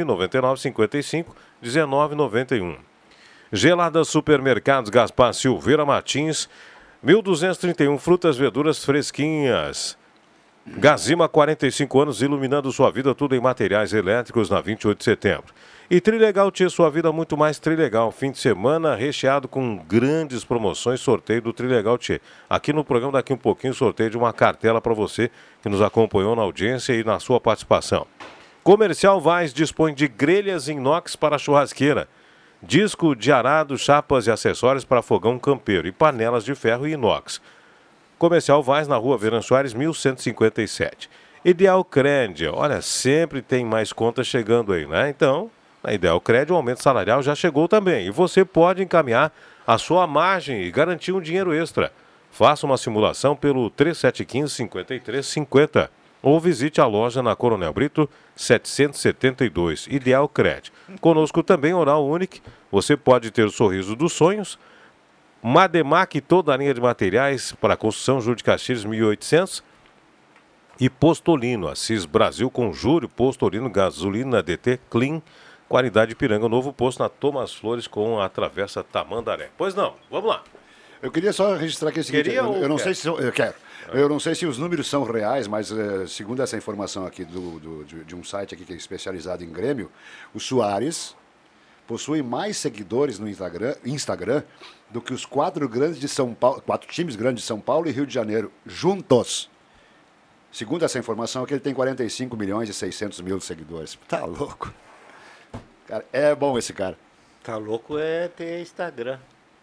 999-55-1991. Gelada Supermercados Gaspar Silveira Martins, 1231, frutas, verduras fresquinhas. Gazima, 45 anos, iluminando sua vida, tudo em materiais elétricos na 28 de setembro. E Trilegal Tchê, sua vida muito mais Trilegal. Fim de semana recheado com grandes promoções, sorteio do Trilegal Tchê. Aqui no programa, daqui um pouquinho, sorteio de uma cartela para você que nos acompanhou na audiência e na sua participação. Comercial Vaz dispõe de grelhas inox para churrasqueira, disco de arado, chapas e acessórios para fogão campeiro e panelas de ferro e inox. Comercial Vaz na rua Verão Soares, 1157. Ideal Cred, olha, sempre tem mais contas chegando aí, né? Então, na Ideal Cred, o aumento salarial já chegou também. E você pode encaminhar a sua margem e garantir um dinheiro extra. Faça uma simulação pelo 3715-5350 ou visite a loja na Coronel Brito 772, Ideal Cred. Conosco também Oral Unique, você pode ter o sorriso dos sonhos. Mademac, toda a linha de materiais para construção, Júlio de Castilhos 1800. E Postolino, Assis Brasil com Júlio, Postolino, gasolina DT Clean, qualidade Piranga, novo posto na Thomas Flores com a Travessa Tamandaré. Pois não, vamos lá. Eu queria só registrar aqui o seguinte, eu não sei se eu quero. Eu não sei se os números são reais, mas segundo essa informação aqui de um site aqui que é especializado em Grêmio, o Soares possui mais seguidores no Instagram do que os 4 times grandes de São Paulo e Rio de Janeiro juntos. Segundo essa informação, aqui ele tem 45 milhões e 600 mil seguidores. Tá louco. Cara, é bom esse cara. Tá louco é ter Instagram.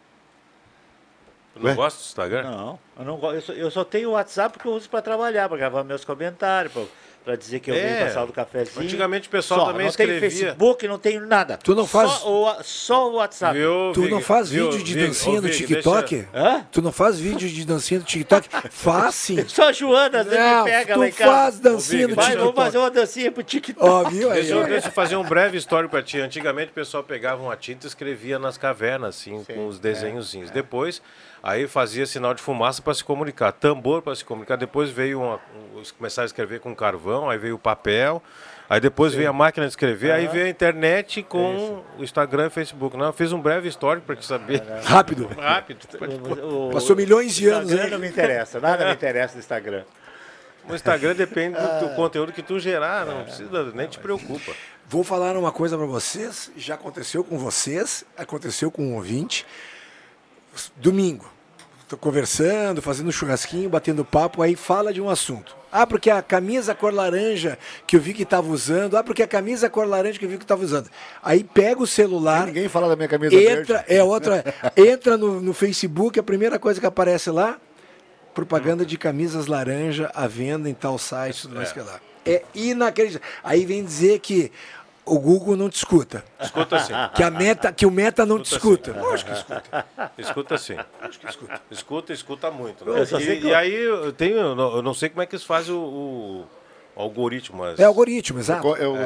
Não gosta do Instagram? Não, eu não gosto. Eu só tenho o WhatsApp porque eu uso para trabalhar, para gravar meus comentários, para para dizer que eu venho passar do cafezinho. Antigamente o pessoal também escrevia. Não tenho Facebook, não tenho nada. Tu não faz... Só o WhatsApp. Tu não faz vídeo de dancinha no TikTok? Tu não faz vídeo de dancinha no TikTok? Faz sim. Só a Joana me pega lá em casa. Tu faz dancinha no TikTok. Vamos fazer uma dancinha pro TikTok. Ó, viu? Deixa eu fazer um breve histórico pra ti. Antigamente o pessoal pegava uma tinta e escrevia nas cavernas, assim, com os desenhozinhos. Depois, aí fazia sinal de fumaça para se comunicar, tambor para se comunicar. Depois veio começaram a escrever com carvão, aí veio o papel. Aí depois veio a máquina de escrever, aí veio a internet com o Instagram e Facebook. Não, eu fiz um breve histórico para te saber. Rápido. Passou milhões de anos. O Instagram não me interessa, nada me interessa no Instagram. O Instagram depende do conteúdo que tu gerar, não precisa, nem te preocupa. Vou falar uma coisa para vocês, já aconteceu com vocês, aconteceu com um ouvinte. Domingo, estou conversando, fazendo churrasquinho, batendo papo, aí fala de um assunto. Porque a camisa cor laranja que eu vi que estava usando. Porque a camisa cor laranja que eu vi que estava usando. Aí pega o celular. Ninguém fala da minha camisa verde. Entra no Facebook, a primeira coisa que aparece lá, propaganda de camisas laranja à venda em tal site, tudo mais que lá. É inacreditável. Aí vem dizer que o Google não te escuta. Escuta sim. Que o Meta não te escuta. Lógico que escuta. Escuta sim. Lógico que escuta. Escuta muito. Né? E aí eu não sei como é que eles fazem o algoritmo. Mas... É algoritmo, exato.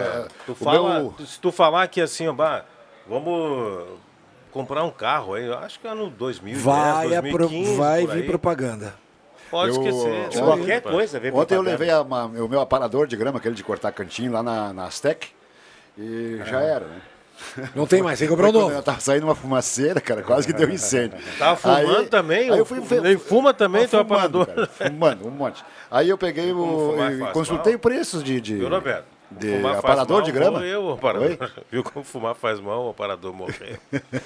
Se tu falar que assim, vamos comprar um carro aí, acho que é no 2010, 2015. Vai vir propaganda. Pode esquecer. Qualquer coisa. Ontem eu levei o meu aparador de grama, aquele de cortar cantinho lá na Aztec. E já era, né? Não tem mais, você comprou um novo. Eu tava saindo uma fumaceira, cara, quase que deu incêndio. Tava fumando também? Aí eu fui nem fuma também, teu aparador? Cara, fumando, um monte. Aí eu peguei consultei preços de aparador de grama. Morreu o aparador. Viu como fumar faz mal, o aparador morreu.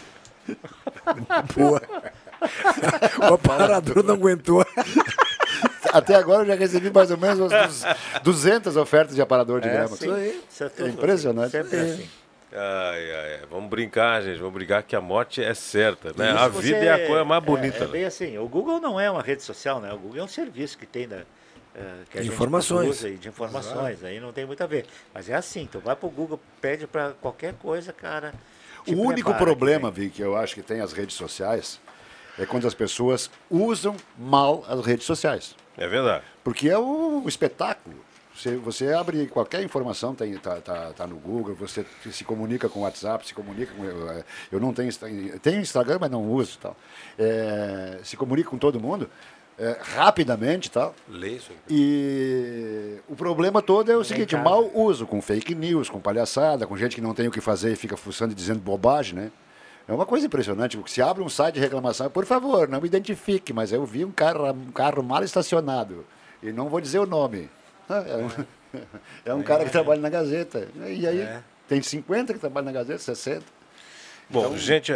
Boa. O aparador não aguentou. Até agora eu já recebi mais ou menos umas 200 ofertas de aparador de grama. É impressionante. Sempre assim. Vamos brincar, gente. Vamos brincar que a morte é certa, né? A vida é a coisa mais bonita. É bem assim. O Google não é uma rede social, né? O Google é um serviço que tem que a informações. Gente usa de informações. Aí não tem muito a ver. Mas é assim. Tu vai pro Google, pede para qualquer coisa, cara. O único problema, Vic, que eu acho que tem as redes sociais é quando as pessoas usam mal as redes sociais. É verdade. Porque é um espetáculo. Você abre qualquer informação, tá no Google, você se comunica com o WhatsApp, se comunica com... Eu não tenho Instagram, mas não uso. Tal. Se comunica com todo mundo rapidamente. Tal. Lê isso aí. E o problema todo é o seguinte, mau uso, com fake news, com palhaçada, com gente que não tem o que fazer e fica fuçando e dizendo bobagem, né? É uma coisa impressionante, porque se abre um site de reclamação, por favor, não me identifique, mas eu vi um carro mal estacionado, e não vou dizer o nome. É um cara que trabalha na Gazeta. E aí tem 50 que trabalham na Gazeta, 60. Bom, então, gente,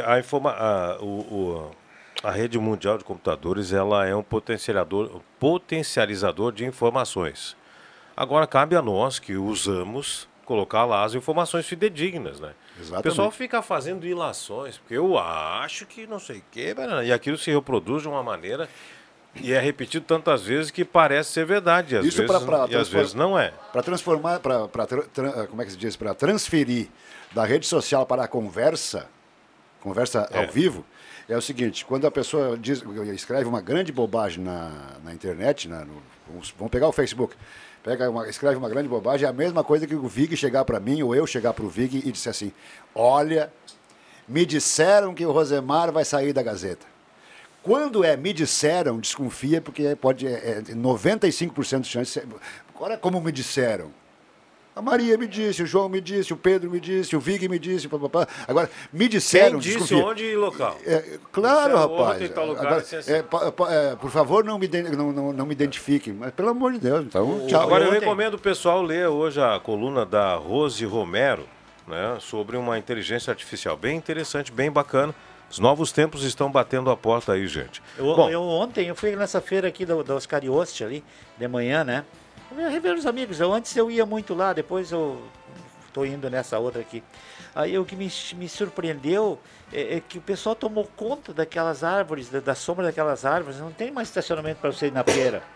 a rede mundial de computadores, ela é um potencializador de informações. Agora cabe a nós que usamos colocar lá as informações fidedignas, né? Exatamente. O pessoal fica fazendo ilações, porque eu acho que não sei o quê, e aquilo se reproduz de uma maneira e é repetido tantas vezes que parece ser verdade, às vezes não é. Para transformar, como é que se diz? Para transferir da rede social para a conversa ao vivo, é o seguinte, quando a pessoa escreve uma grande bobagem na internet, vamos pegar o Facebook, escreve uma grande bobagem, é a mesma coisa que o Vig chegar para mim, ou eu chegar para o Vig e disser assim, olha, me disseram que o Rosemar vai sair da Gazeta. Quando me disseram, desconfia, porque pode 95% de chance. Agora, como me disseram? A Maria me disse, o João me disse, o Pedro me disse, o Vig me disse, papapá. Agora, me disseram, quem disse desconfia. Onde e local? Claro, rapaz. Agora, assim. Por favor, não me identifiquem. Mas, pelo amor de Deus, então, tchau. Agora, eu recomendo o pessoal ler hoje a coluna da Rose Romero, né, sobre uma inteligência artificial bem interessante, bem bacana. Os novos tempos estão batendo a porta aí, gente. Ontem eu fui nessa feira aqui da Oscar Yost ali, de manhã, né? Eu ia rever os amigos. Antes eu ia muito lá, depois eu estou indo nessa outra aqui. Aí o que me surpreendeu é que o pessoal tomou conta daquelas árvores, da sombra daquelas árvores. Não tem mais estacionamento para você ir na feira.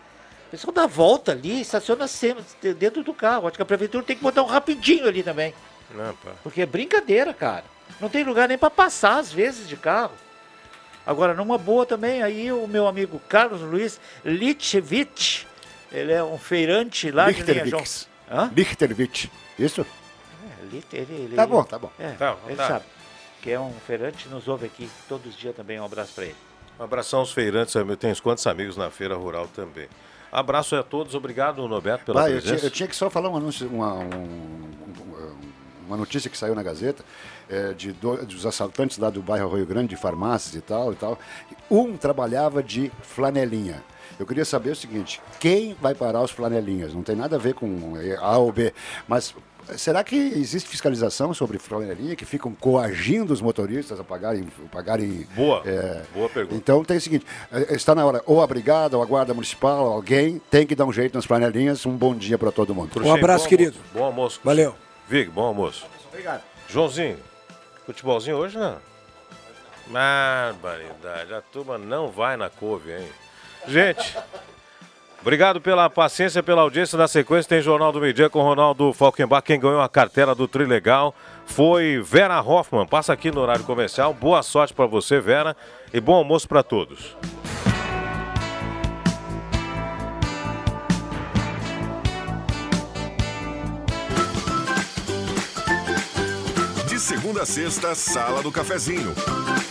O pessoal dá volta ali, estaciona sempre dentro do carro. Acho que a prefeitura tem que botar um rapidinho ali também. Não, pá. Porque é brincadeira, cara. Não tem lugar nem para passar, às vezes, de carro. Agora, numa boa também, aí o meu amigo Carlos Luiz Litchevich, ele é um feirante lá de Linha João. Lichterwitz, isso? Ele tá bom. Ele sabe que é um feirante, nos ouve aqui todos os dias também. Um abraço para ele. Um abração aos feirantes, eu tenho quantos amigos na feira rural também. Abraço a todos, obrigado, Norberto, pela presença. Eu tinha que só falar uma notícia que saiu na Gazeta, dos assaltantes lá do bairro Rio Grande, de farmácias e tal. Um trabalhava de flanelinha. Eu queria saber o seguinte, quem vai parar os flanelinhas? Não tem nada a ver com A ou B, mas será que existe fiscalização sobre flanelinha que ficam coagindo os motoristas a pagarem? Boa pergunta. Então tem o seguinte, está na hora, ou a brigada, ou a guarda municipal, alguém tem que dar um jeito nas flanelinhas. Um bom dia para todo mundo. Um abraço, querido. Bom almoço. Valeu. Vig, bom almoço. Obrigado. Joãozinho, futebolzinho hoje não? Barbaridade, a turma não vai na couve, hein? Gente, obrigado pela paciência, pela audiência. Na sequência tem Jornal do Meio Dia com Ronaldo Falkenbach. Quem ganhou a cartela do Trilegal foi Vera Hoffman. Passa aqui no horário comercial. Boa sorte para você, Vera, e bom almoço para todos. De segunda a sexta, Sala do Cafezinho.